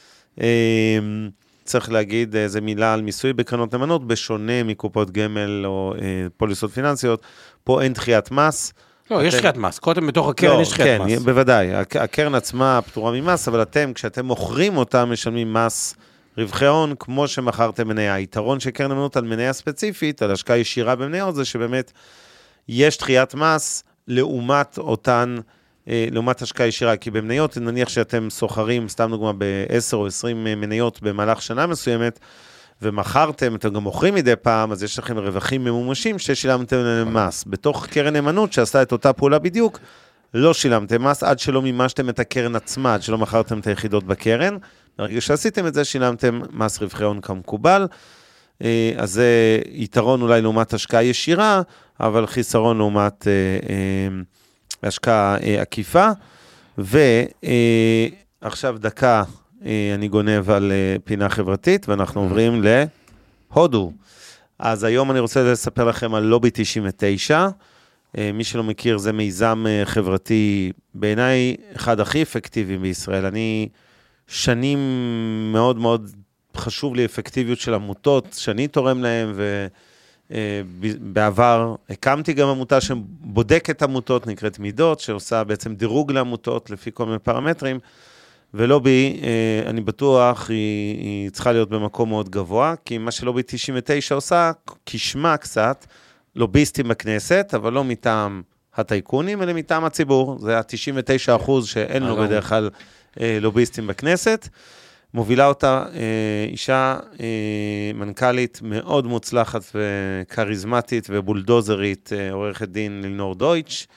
צריך להגיד איזה מילה על מיסוי בקרנות נאמנות, בשונה מקופות גמל או פוליסות פיננסיות, פה אין דחיית מס. לא, יש דחיית מס, קודם בתוך הקרן יש דחיית מס. כן, בוודאי, הקרן עצמה פטורה ממס, אבל אתם, כשאתם מוכרים אותה, משלמים מס רווחי הון, כמו שמכרתם מניה. היתרון של קרן נאמנות על מניה ספציפית, על השקעה ישירה במניות, זה שבאמת יש דחיית מס לעומת אותן, לעומת השקעה ישירה, כי במניות, נניח שאתם סוחרים, סתם דוגמה, ב-עשר או עשרים מניות במהלך שנה מסוימת, ומכרתם, אתם גם מוכרים מדי פעם, אז יש לכם רווחים ממומשים ששילמתם להם מס. בתוך קרן נאמנות, שעשתה את אותה פעולה בדיוק, לא שילמתם מס, עד שלא מימשתם את הקרן עצמה, עד שלא מכרתם את היחידות בקרן. ברגע שעשיתם את זה, שילמתם מס רווחי הון כמקובל. אז זה יתרון אולי לעומת השקעה ישירה, אבל חיסרון לעומת השקעה עקיפה. ועכשיו דקה, אני גונב על פינה חברתית, ואנחנו עוברים להודו. אז היום אני רוצה לספר לכם על לובי תשעים ותשע. מי שלא מכיר, זה מיזם חברתי, בעיניי אחד הכי אפקטיביים בישראל. אני שנים מאוד מאוד חשוב לי אפקטיביות של עמותות, שאני תורם להם, ובעבר הקמתי גם עמותה שבודקת עמותות, נקראת מידות, שעושה בעצם דירוג לעמותות לפי כל מיני פרמטרים, ולובי, אני בטוח, היא, היא צריכה להיות במקום מאוד גבוה, כי מה שלובי תשעים ותשע עושה, כשמה קצת, לוביסטים בכנסת, אבל לא מטעם הטייקונים, אלא מטעם הציבור. זה ה-תשעים ותשע אחוז שאין לו בדרך כלל לוביסטים בכנסת. מובילה אותה אישה מנכ"לית מאוד מוצלחת וקריזמטית ובולדוזרית, עורכת דין לינור דויטש,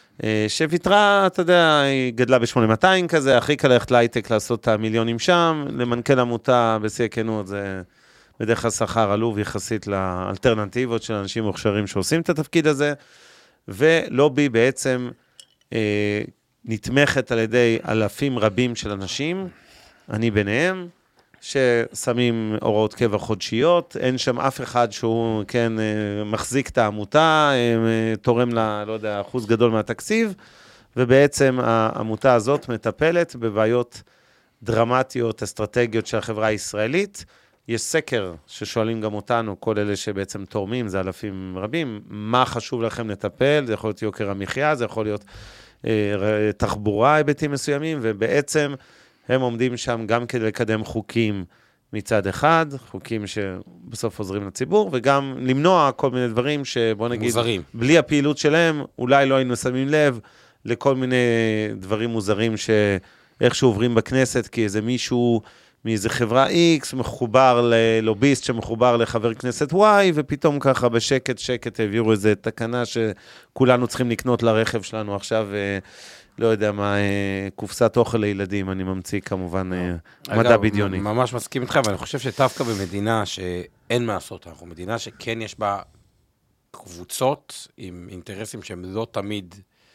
שוויתרה, אתה יודע, היא גדלה ב-שמונה אלף מאתיים כזה, הכי קל ללכת להייטק לעשות את המיליונים שם, למנכ"ל עמותה בשיא הכנות, זה בדרך כלל שכר עלוב יחסית לאלטרנטיבות של אנשים מוכשרים שעושים את התפקיד הזה, ולובי בעצם אה, נתמכת על ידי אלפים רבים של אנשים, אני ביניהם, ששמים הוראות קבע חודשיות, אין שם אף אחד שהוא, כן, מחזיק את העמותה, תורם לה, לא יודע, אחוז גדול מהתקציב, ובעצם העמותה הזאת מטפלת בבעיות דרמטיות, אסטרטגיות של החברה הישראלית. יש סקר ששואלים גם אותנו, כל אלה שבעצם תורמים, זה אלפים רבים, מה חשוב לכם לטפל, זה יכול להיות יוקר המחיה, זה יכול להיות אה, תחבורה, היבטים מסוימים, ובעצם הם עומדים שם גם כדי לקדם חוקים מצד אחד, חוקים שבסוף עוזרים לציבור, וגם למנוע כל מיני דברים שבוא נגיד, מוזרים. בלי הפעילות שלהם, אולי לא היינו שמים לב לכל מיני דברים מוזרים שאיך שעוברים בכנסת, כי איזה מישהו מאיזה חברה X מחובר ללוביסט שמחובר לחבר כנסת Y, ופתאום ככה בשקט שקט העבירו איזה תקנה שכולנו צריכים לקנות לרכב שלנו עכשיו, לא יודע מה, קופסת אוכל לילדים, אני ממציא כמובן מדע בדיוני. ממש מסכים איתך, ואני חושב שדווקא במדינה שאין מה לעשות, אנחנו מדינה שכן יש בה קבוצות עם אינטרסים שהם לא תמיד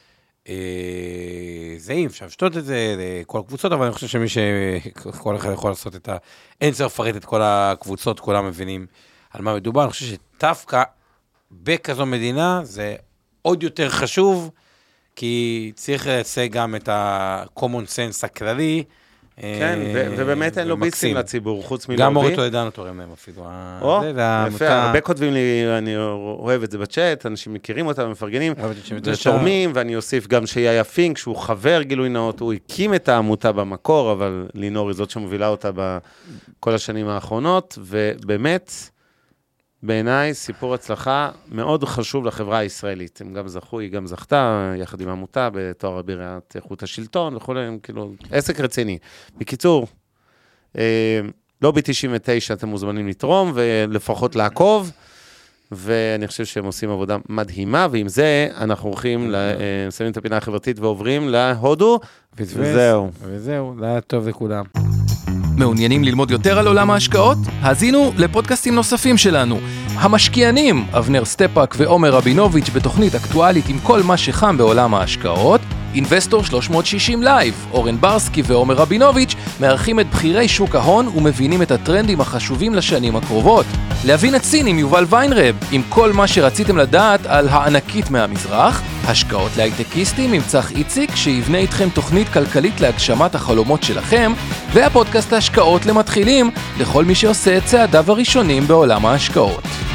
זהים, אפשר לשתות את זה, כל הקבוצות, אבל אני חושב שמי שכל אחד יכול לעשות את ה... אין צריך לפרט את כל הקבוצות, כולם מבינים על מה מדובר, אני חושב שדווקא בכזו מדינה זה עוד יותר חשוב, כי צריך לייצג גם את ה-common sense הכללי. כן, ובאמת אין לוביסטים לציבור, חוץ מלובי. גם אורטו ידענו תורם להם אפילו. או, יפה, הרבה כותבים לי, אני אוהב את זה בצ'אט, אנשים מכירים אותם, מפרגנים, ותורמים, ואני אוסיף גם שיהיה פינק, שהוא חבר גילוי נאות, הוא הקים את העמותה במקור, אבל לינור היא זאת שמובילה אותה בכל השנים האחרונות, ובאמת, בעיניי סיפור הצלחה מאוד חשוב לחברה הישראלית. הם גם זכו, היא גם זכתה, יחד עם העמותה, בתואר אביריית איכות השלטון, וכו', כאילו, עסק רציני. בקיצור, לובי תשעים ותשע אתם מוזמנים לתרום, ולפחות לעקוב, ואני חושב שהם עושים עבודה מדהימה, ועם זה אנחנו הולכים, מסיימים את הפינה החברתית ועוברים להודו, וזהו. וזהו, זה היה טוב לכולם. מעוניינים ללמוד יותר על עולם ההשקעות? האזינו לפודקאסטים נוספים שלנו. המשקיענים, אבנר סטפאק ועומר רבינוביץ' בתוכנית אקטואלית עם כל מה שחם בעולם ההשקעות. אינבסטור שלוש מאות שישים לייב, אורן ברסקי ועומר רבינוביץ' מארחים את בחירי שוק ההון ומבינים את הטרנדים החשובים לשנים הקרובות. להבין את סין עם יובל ויינרב, עם כל מה שרציתם לדעת על הענקית מהמזרח, השקעות להייטקיסטים עם צח איציק, שיבנה איתכם תוכנית כלכלית להגשמת החלומות שלכם, והפודקאסט ההשקעות למתחילים, לכל מי שעושה את צעדיו הראשונים בעולם ההשקעות.